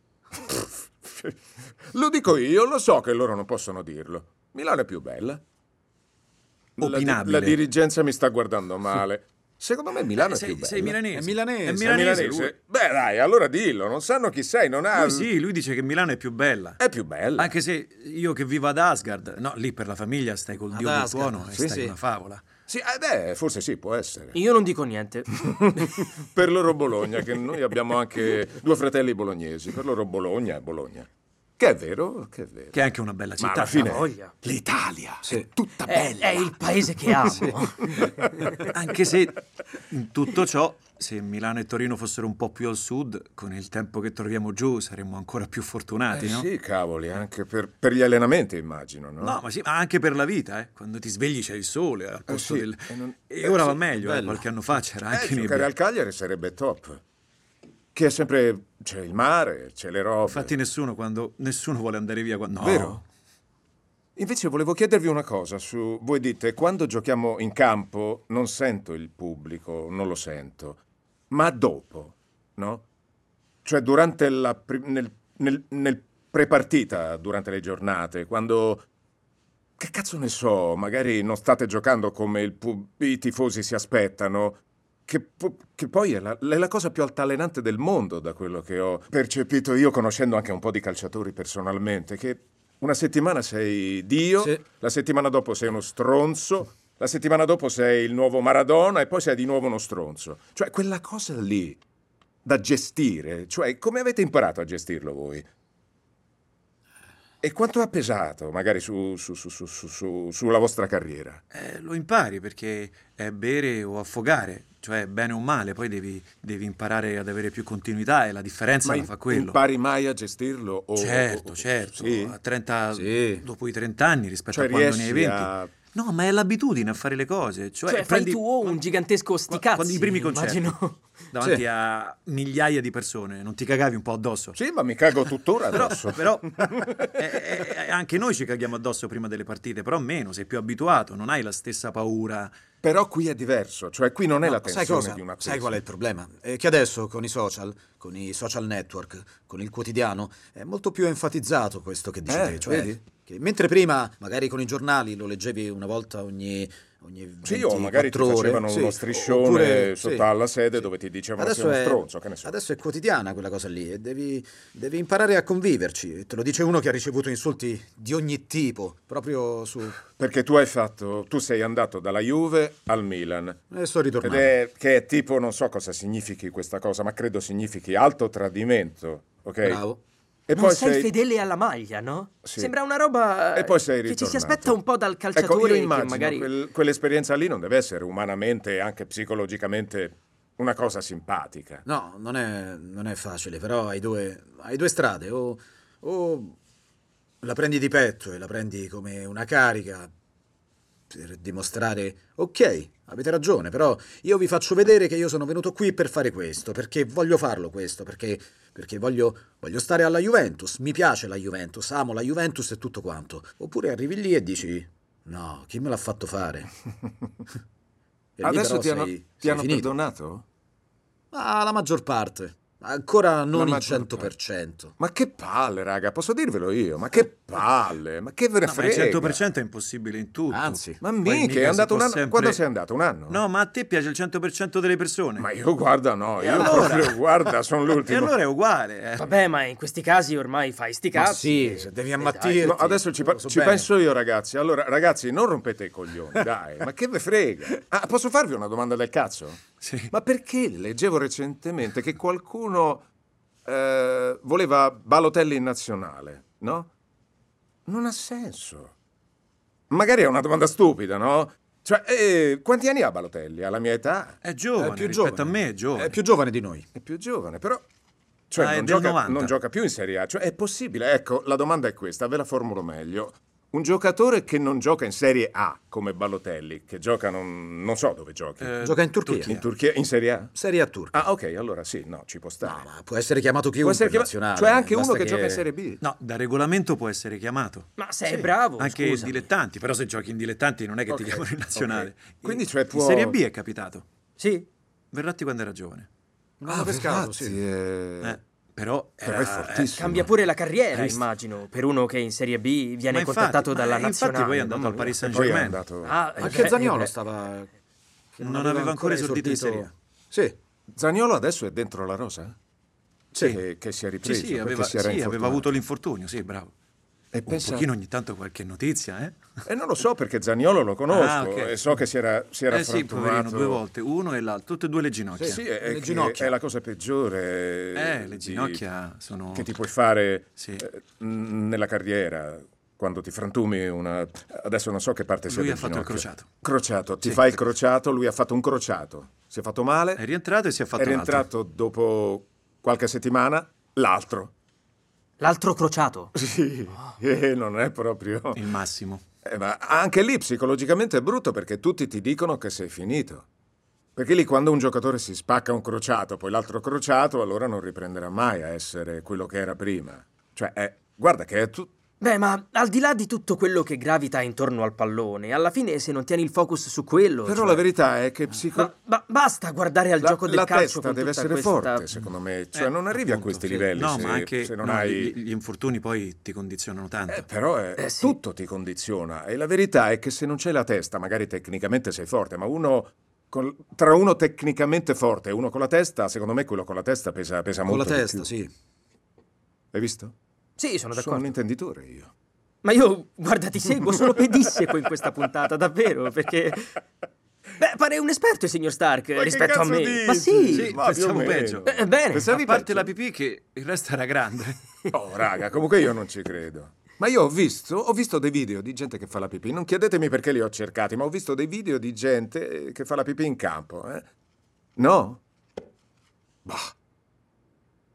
Lo dico io, lo so che loro non possono dirlo. Milano è più bella. La, di- Opinabile. la dirigenza mi sta guardando male. Secondo me Milano è sei, più bella. sei milanese. È milanese. È È È milanese, milanese? lui. Beh, dai, allora dillo, non sanno chi sei, non ha... Lui sì, lui dice che Milano è più bella. È più bella. Anche se io che vivo ad Asgard, no, lì per la famiglia stai col Ad dio del Asgard, tuono e sì, stai sì. una favola. Sì, eh, beh, forse sì, può essere. Io non dico niente. Per loro Bologna, che noi abbiamo anche due fratelli bolognesi. Per loro Bologna è Bologna. Che è vero, che è vero. Che è anche una bella Ma città. alla fine voglia. l'Italia è tutta È, bella. è il paese che amo. Anche se in tutto ciò, se Milano e Torino fossero un po' più al sud, con il tempo che troviamo giù saremmo ancora più fortunati, Eh no? sì, cavoli, anche per, per gli allenamenti immagino, no? No, ma sì, ma anche per la vita, eh. Quando ti svegli c'è il sole al posto sì, del... e non- E eh, ora sì, va meglio, eh. bello. Qualche anno fa c'era Eh, anche giocare nebbia. al Cagliari sarebbe top. Che è sempre... c'è il mare, c'è le robe. Infatti nessuno quando... nessuno vuole andare via quando... No. Vero? Invece volevo chiedervi una cosa su... Voi dite, quando giochiamo in campo non sento il pubblico, non lo sento. Ma dopo, no? Cioè durante la... pri- nel, nel, nel prepartita, durante le giornate, quando... Che cazzo ne so, magari non state giocando come il pub- i tifosi si aspettano, che, po- che poi è la, è la cosa più altalenante del mondo, da quello che ho percepito io, conoscendo anche un po' di calciatori personalmente, che una settimana sei Dio, Sì. la settimana dopo sei uno stronzo, la settimana dopo sei il nuovo Maradona e poi sei di nuovo uno stronzo. Cioè, quella cosa lì da gestire, cioè, come avete imparato a gestirlo voi? E quanto ha pesato, magari, su, su- su- su- su- su- sulla vostra carriera? Eh, lo impari perché è bere o affogare, cioè bene o male, poi devi, devi imparare ad avere più continuità e la differenza Ma la in- fa quello. impari mai a gestirlo? O, Certo, o- certo. Sì? A trenta, Sì. dopo i trenta anni rispetto Cioè a quando ne hai riesci venti. a... No, ma è l'abitudine a fare le cose. Cioè, Cioè, prendi- fai tu oh, un gigantesco Qua- sticazzi, Quando i primi concerti, immagino. davanti Sì. a migliaia di persone, non ti cagavi un po' addosso? Sì, ma mi cago tuttora Però, addosso. però eh, eh, eh, anche noi ci caghiamo addosso prima delle partite, però meno, sei più abituato, non hai la stessa paura. Però qui è diverso, cioè qui non è No, la sai tensione cosa? di una Sai crisi. qual è il problema? È che adesso con i social, con i social network, con il quotidiano, è molto più enfatizzato questo che dici Eh, te. Cioè, vedi? che mentre prima, magari con i giornali, lo leggevi una volta ogni, ogni Sì, o magari ti ventiquattro ore, facevano sì, uno striscione oppure- sotto sì, alla sede sì. dove ti dicevano sei Adesso uno è, stronzo, che ne so. adesso è quotidiana quella cosa lì e devi, devi imparare a conviverci. Te lo dice uno che ha ricevuto insulti di ogni tipo, proprio su... Perché tu hai fatto, tu sei andato dalla Juve al Milan. E sto Ed ritornando. è che è tipo, non so cosa significhi questa cosa, ma credo significhi alto tradimento, ok? Bravo. E Non poi sei, sei fedele alla maglia, no? Sì. Sembra una roba E poi sei che ci si ritornato. aspetta un po' dal Ecco, calciatore io che immagino magari... quel- quell'esperienza lì non deve essere umanamente e anche psicologicamente una cosa simpatica. No, non è, non è facile, però hai due, hai due strade. O, o la prendi di petto e la prendi come una carica per dimostrare, ok, avete ragione, però io vi faccio vedere che io sono venuto qui per fare questo, perché voglio farlo questo, perché, perché voglio, voglio stare alla Juventus, mi piace la Juventus, amo la Juventus e tutto quanto. Oppure arrivi lì e dici, no, chi me l'ha fatto fare? E lì Adesso però ti hanno, sei- ti sei hanno finito. perdonato? Ah, la maggior parte. Ancora non La il maggior cento per cento. Ma che palle, raga, posso dirvelo io? Ma che palle, ma che ve ne No, ma il frega? cento per cento è impossibile in tutto. Anzi. Ma Poi mica, mica è si andato può un anno. sempre- Quando sei andato? Un anno? No, ma a te piace il cento per cento delle persone. Ma io guarda, no, io allora? proprio guarda, sono E l'ultimo. allora è uguale. Eh. Vabbè, ma in questi casi ormai fai sti Ma cazzi. sì, e- se devi e ammattirti. No, adesso ci, pa- Lo so ci bene. penso io, ragazzi. Allora, ragazzi, non rompete i coglioni, dai. Ma che ve frega? Ah, posso farvi una domanda del cazzo? Sì. Ma perché leggevo recentemente che qualcuno eh, voleva Balotelli in nazionale, no? Non ha senso. Magari è una domanda stupida, no? Cioè, eh, quanti anni ha Balotelli? Alla mia età? È giovane, È più rispetto giovane. a me è giovane. È più giovane di noi. È più giovane, però... Cioè, Ah, è non, del gioca, novanta. non gioca più in Serie A. Cioè, è possibile. Ecco, la domanda è questa, ve la formulo meglio. Un giocatore che non gioca in Serie A, come Balotelli, che gioca non, non so dove giochi. Eh, Gioca in Turchia. In Turchia? In Serie A? Serie A turca. Ah, ok, allora sì, no, ci può stare. No, ma può essere chiamato Può chiunque essere chiama- nazionale. Cioè anche uno basta che, gioca in Serie B. No, da regolamento può essere chiamato. Ma sei bravo, Anche scusami. dilettanti, però se giochi in dilettanti non è che Ok, ti chiamano in nazionale. ok. Quindi, cioè, In può- Serie B è capitato. Sì. Verratti quando era giovane. Non l'ho pescato, sì. eh, Eh, però Però era, è fortissimo. Cambia pure la carriera, Hai visto? immagino, per uno che in Serie B viene Ma infatti- contattato ma dalla infatti nazionale. poi è andato mamma al Paris mia. E poi è Saint-Germain. andato... Ah, eh Anche beh, Zaniolo eh beh. stava... che Non aveva ancora esordito in Serie A. Sì. Zaniolo adesso è dentro la rosa? Sì. Che, che si è Sì, ripreso, sì, perché aveva, si era sì, aveva infortunato. avuto l'infortunio, sì, bravo. E Un pensa... pochino ogni tanto qualche notizia, eh? E non lo so perché Zaniolo lo conosco Ah, ok. e so che si era, si era Eh sì, poverino, fratturato. due volte, uno e l'altro, tutte e due le ginocchia. Sì, è, Le che ginocchia. è la cosa peggiore Eh, le di- ginocchia sono... che ti puoi fare Sì. eh, n- nella carriera quando ti frantumi una... Adesso non so che parte sia Lui del ha fatto il ginocchio. crociato. Crociato, ti Sì. fai il crociato, lui ha fatto un crociato. Si è fatto male, È rientrato e si è fatto è un altro. rientrato dopo qualche settimana, l'altro. L'altro crociato. Sì, eh, non è proprio... Il massimo. Eh, ma anche lì psicologicamente è brutto perché tutti ti dicono che sei finito. Perché lì quando un giocatore si spacca un crociato, poi l'altro crociato, allora non riprenderà mai a essere quello che era prima. Cioè, è, guarda che è tu... Beh, ma al di là di tutto quello che gravita intorno al pallone, alla fine se non tieni il focus su quello... Però cioè- la verità è che psico... Ma, ma basta guardare al la, gioco del la calcio testa con deve tutta essere questa... forte, secondo me. Cioè, Eh, non arrivi a appunto, questi sì. livelli No, se, ma anche se non no, hai... gli, gli infortuni poi ti condizionano tanto. Eh, però è- Eh, sì. tutto ti condiziona. E la verità è che se non c'è la testa, magari tecnicamente sei forte, ma uno... con- tra uno tecnicamente forte e uno con la testa, secondo me quello con la testa pesa, pesa Con la molto di testa, più. sì. Hai visto? Sì, sono Sono d'accordo. un intenditore io. Ma io, guarda, ti seguo solo pedissequo in questa puntata, davvero, perché... Beh, pare un esperto il signor Stark Ma che rispetto a cazzo me. dici? Ma sì! Sì, ma pensavo più o meno. peggio. Eh, bene. Pensavi A parte peggio? la pipì che il resto era grande. Oh, raga, comunque io non ci credo. Ma io ho visto, ho visto dei video di gente che fa la pipì. Non chiedetemi perché li ho cercati, ma ho visto dei video di gente che fa la pipì in campo, eh? No? Bah.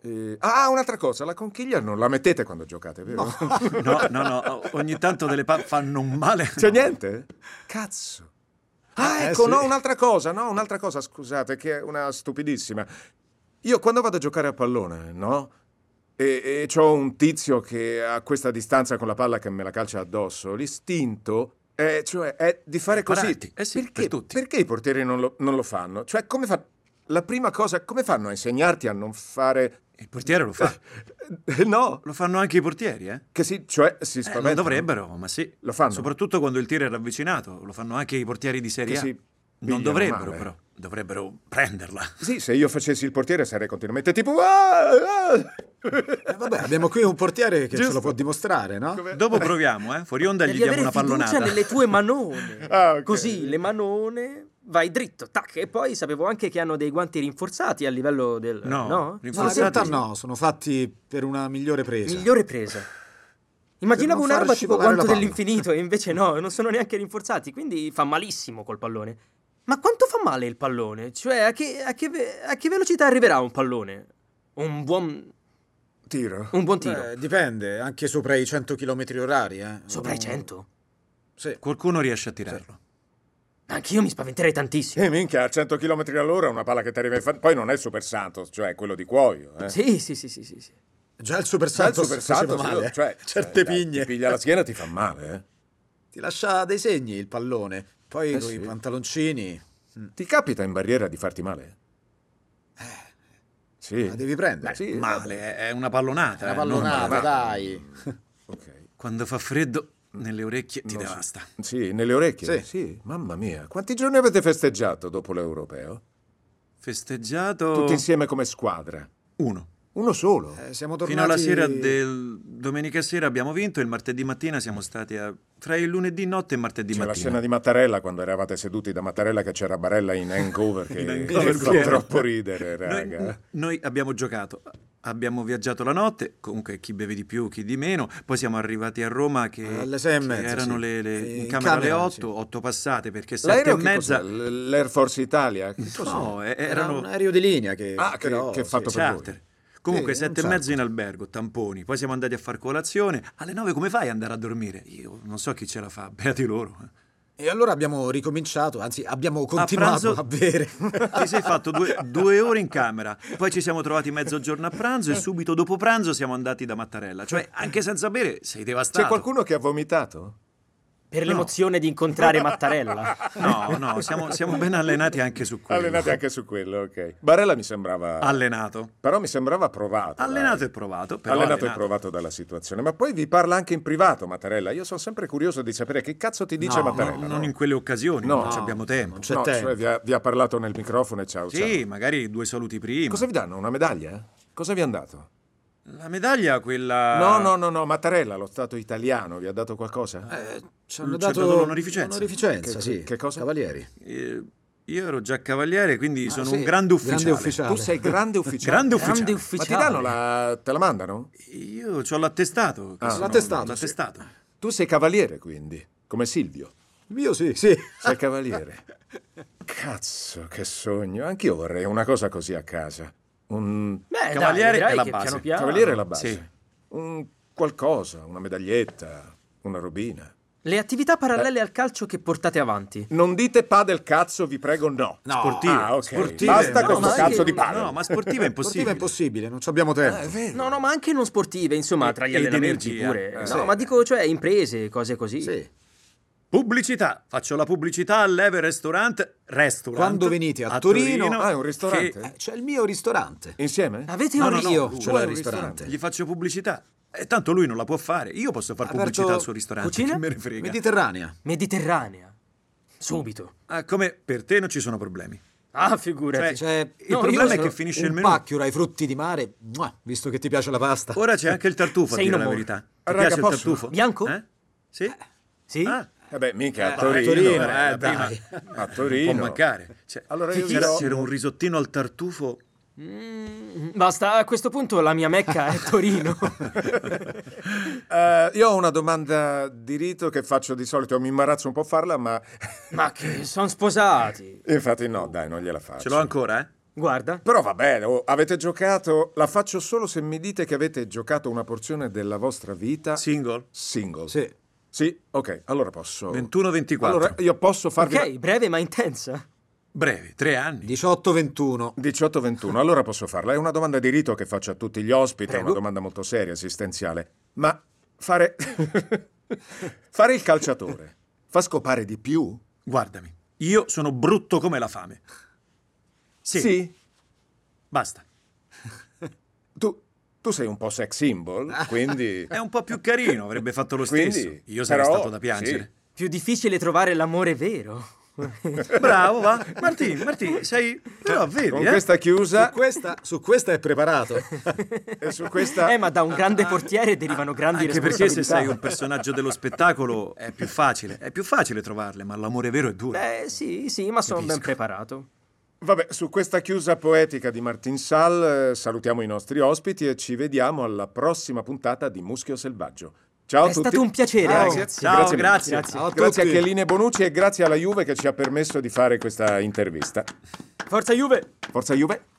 Eh, ah, un'altra cosa, la conchiglia non la mettete quando giocate, vero? No, no, no, ogni tanto delle palle fanno un male. C'è niente? Cazzo. Ah, Eh, ecco, sì. no, un'altra cosa, no, un'altra cosa, scusate, che è una stupidissima. Io quando vado a giocare a pallone, no? E, e c'ho un tizio che a questa distanza con la palla che me la calcia addosso, l'istinto è, cioè, è di fare così. Parati. Eh sì, perché, per tutti. perché i portieri non lo, non lo fanno? Cioè, come fa... La prima cosa, come fanno a insegnarti a non fare... Il portiere lo fa. Eh, no, Lo fanno anche i portieri, eh? che si, cioè, si Eh, spaventano. lo dovrebbero, ma sì. Lo fanno. Soprattutto quando il tiro è ravvicinato. Lo fanno anche i portieri di Serie Che A. si Non pigliano dovrebbero, male. però. Dovrebbero prenderla. Sì, se io facessi il portiere sarei continuamente tipo... "Ah, ah". Eh, vabbè, abbiamo qui un portiere che ce Giusto. lo può dimostrare, no? Dopo proviamo, eh? Fuori onda gli Devi diamo avere una pallonata. fiducia nelle tue manone. Ah, ok. Così, le manone, vai dritto, tac. E poi sapevo anche che hanno dei guanti rinforzati a livello del... No, no? No, in rinforzati. realtà no, sono fatti per una migliore presa. Migliore presa. Immaginavo Per non un'arma far tipo scivolare guanto la palla. dell'infinito e invece no, non sono neanche rinforzati, quindi fa malissimo col pallone. Ma quanto fa male il pallone? Cioè, a che, a che ve- a che velocità arriverà un pallone? Un buon... Tiro. un buon tiro. Eh, dipende, anche sopra i cento chilometri orari, eh. Sopra i No. cento? Sì. Qualcuno riesce a tirarlo. Anch'io mi spaventerei tantissimo. Eh, minchia, a cento chilometri all'ora una palla che ti arriva in fa... Poi non è Super Santos, cioè quello di cuoio, eh. Sì, sì, sì, sì, sì, sì. Già il Super Sai, il Santos Super faceva Santos, male, io- cioè, certe eh, dai, pigne. Ti piglia la schiena ti fa male, eh. Ti lascia dei segni il pallone. Poi Eh con sì. i pantaloncini Ti capita in barriera di farti male? Sì. la devi prendere. Sì, Male, è- è una pallonata. Una eh, non pallonata, male. dai. Ok. Quando fa freddo, nelle orecchie ti Non so. devasta. Sì, nelle orecchie. Sì. Sì. Mamma mia. Quanti giorni avete festeggiato dopo l'Europeo? Festeggiato... Tutti insieme come squadra. Uno. Uno solo. Eh, siamo tornati... Fino alla sera del domenica sera abbiamo vinto, il martedì mattina siamo stati a... fra il lunedì notte e martedì C'è la mattina. scena di Mattarella quando eravate seduti da Mattarella che c'era Barella in hangover che, In hangover che fa pieno. troppo ridere, raga. Noi, noi abbiamo giocato, abbiamo viaggiato la notte, comunque chi beve di più, chi di meno, poi siamo arrivati a Roma che, Alle sei e che mezza, erano sì. le, le- Eh, in in camera alle camera, otto, sì. otto passate perché sette L'aereo e che mezza... cos'è? L- L'Air Force Italia? Che cos'è? No, eh, Era erano un aereo di linea che... Ah, che- però, che è fatto sì. per charter. Comunque Sì, sette e un mezzo sacco. in albergo, tamponi, poi siamo andati a far colazione. Alle nove come fai ad andare a dormire? Io non so chi ce la fa, beati loro. E allora abbiamo ricominciato, anzi abbiamo continuato a, pranzo- bere. Ti sei fatto due, due ore in camera, poi ci siamo trovati mezzogiorno a pranzo e subito dopo pranzo siamo andati da Mattarella. Cioè, anche senza bere, sei devastato. C'è qualcuno che ha vomitato? Per l'emozione di incontrare Mattarella. No, no, siamo, siamo ben allenati anche su quello. Allenati anche su quello, ok. Barella mi sembrava... Allenato. Però mi sembrava provato. Allenato dai. e provato. Però Allenato, allenato. e provato dalla situazione. Ma poi vi parla anche in privato, Mattarella. Io sono sempre curioso di sapere che cazzo ti dice No, Mattarella. Non no? in quelle occasioni, No. non ci abbiamo tempo. Non c'è No, tempo. cioè vi ha, vi ha parlato nel microfono e ciao, Sì, ciao. magari due saluti prima. Cosa vi danno? Una medaglia? Cosa vi hanno dato? La medaglia, quella... No, no, no, no, Mattarella, lo Stato italiano, vi ha dato qualcosa? Eh, ci hanno Ci ha dato dato l'onorificenza. l'onorificenza, Che- sì. che cosa? Cavalieri. Eh, io ero già cavaliere, quindi sono sì, un grande ufficiale. grande ufficiale. Tu sei grande ufficiale. Grande ufficiale. Grande Ma ti ufficiale. danno la... te la mandano? Io ho l'attestato. che Ah, sono- l'attestato, L'attestato. Tu sei cavaliere, quindi, come Silvio. Io sì, sì. Sei cavaliere. Cazzo, che sogno. Anch'io vorrei una cosa così a casa. Un Beh, Cavaliere dai, è la vedrai che base. piano piano... cavaliere è la base. Sì. Un qualcosa, una medaglietta, una robina. Le attività parallele al calcio che portate avanti. Non dite padel cazzo, vi prego, no. No. Sportive. Ah, ok. Sportive. Basta No, con ma questo cazzo anche- di padel. No, ma sportiva è Sportiva impossibile. è impossibile, non ci abbiamo tempo. Ah, è vero. No, no, ma anche non sportive, insomma, E- tra gli e di allenamenti energia. pure. Eh, no, sì. ma dico, cioè, imprese, cose così. Sì. Pubblicità. Faccio la pubblicità all'Eve Restaurant. Restaurant. Quando venite a Torino- Ah, è un che- ristorante? Eh, c'è il mio ristorante. Insieme? Avete No, un no, no, io. tu- Ce hai l'ha il un ristorante. Gli faccio pubblicità. E tanto lui non la può fare. Io posso fare Aperto pubblicità al suo ristorante. cucina? Che me ne frega. Mediterranea. Mediterranea. Subito. Ah, come per te non ci sono problemi. Ah, figurati. Cioè, C'è il No, problema io è sono che finisce il un menù. pacchio ai frutti di mare, mua, visto che ti piace la pasta. Ora c'è anche il tartufo, a Sei dire in la amore. verità. Ti Raga, piace il posso? tartufo? Bianco? Eh? Sì? Sì? Ah, Vabbè, mica a a Torino. Torino, eh, eh, prima. dai. A può Torino. mancare. Cioè, Allora io vi c'era, do- c'era un risottino al tartufo. Mm, basta, a questo punto la mia mecca è Torino. Eh, io ho una domanda di rito che faccio di solito, mi imbarazzo un po' a farla, ma Ma che sono sposati. infatti no, dai, non gliela faccio. Ce l'ho ancora, eh? Guarda. Però va bene, oh, avete giocato... La faccio solo se mi dite che avete giocato una porzione della vostra vita... Single? Single. Sì. Sì, ok, allora posso... ventuno ventiquattro. Allora io posso farvi... Ok, breve ma intensa. Breve, tre anni. diciotto ventuno. diciotto ventuno, allora posso farla. È una domanda di rito che faccio a tutti gli ospiti, è Prego. una domanda molto seria, esistenziale. Ma fare... fare il calciatore fa scopare di più? Guardami, io sono brutto come la fame. Sì. Sì. Basta. Tu, tu sei un po' sex symbol, quindi... È un po' più carino, avrebbe fatto lo Quindi, stesso. Io sarei però, stato da piangere. Più difficile trovare l'amore vero. Bravo, va. Martì, Martì, sei... Però vedi, Con eh? questa chiusa... Su questa, su questa è preparato. E su questa... Eh, ma da un grande portiere derivano grandi Anche perché se responsabilità. sei un personaggio dello spettacolo è più facile. È più facile trovarle, ma l'amore vero è duro. Beh, sì, sì, ma sono ben Capisco. preparato. Vabbè, su questa chiusa poetica di Martin Sall eh, salutiamo i nostri ospiti e ci vediamo alla prossima puntata di Muschio Selvaggio. Ciao a È tutti. stato un piacere. Grazie. ragazzi. Ciao, Grazie mille. grazie. Grazie. Ciao a Grazie a tutti. Chiellini Bonucci e grazie alla Juve che ci ha permesso di fare questa intervista. Forza Juve! Forza Juve!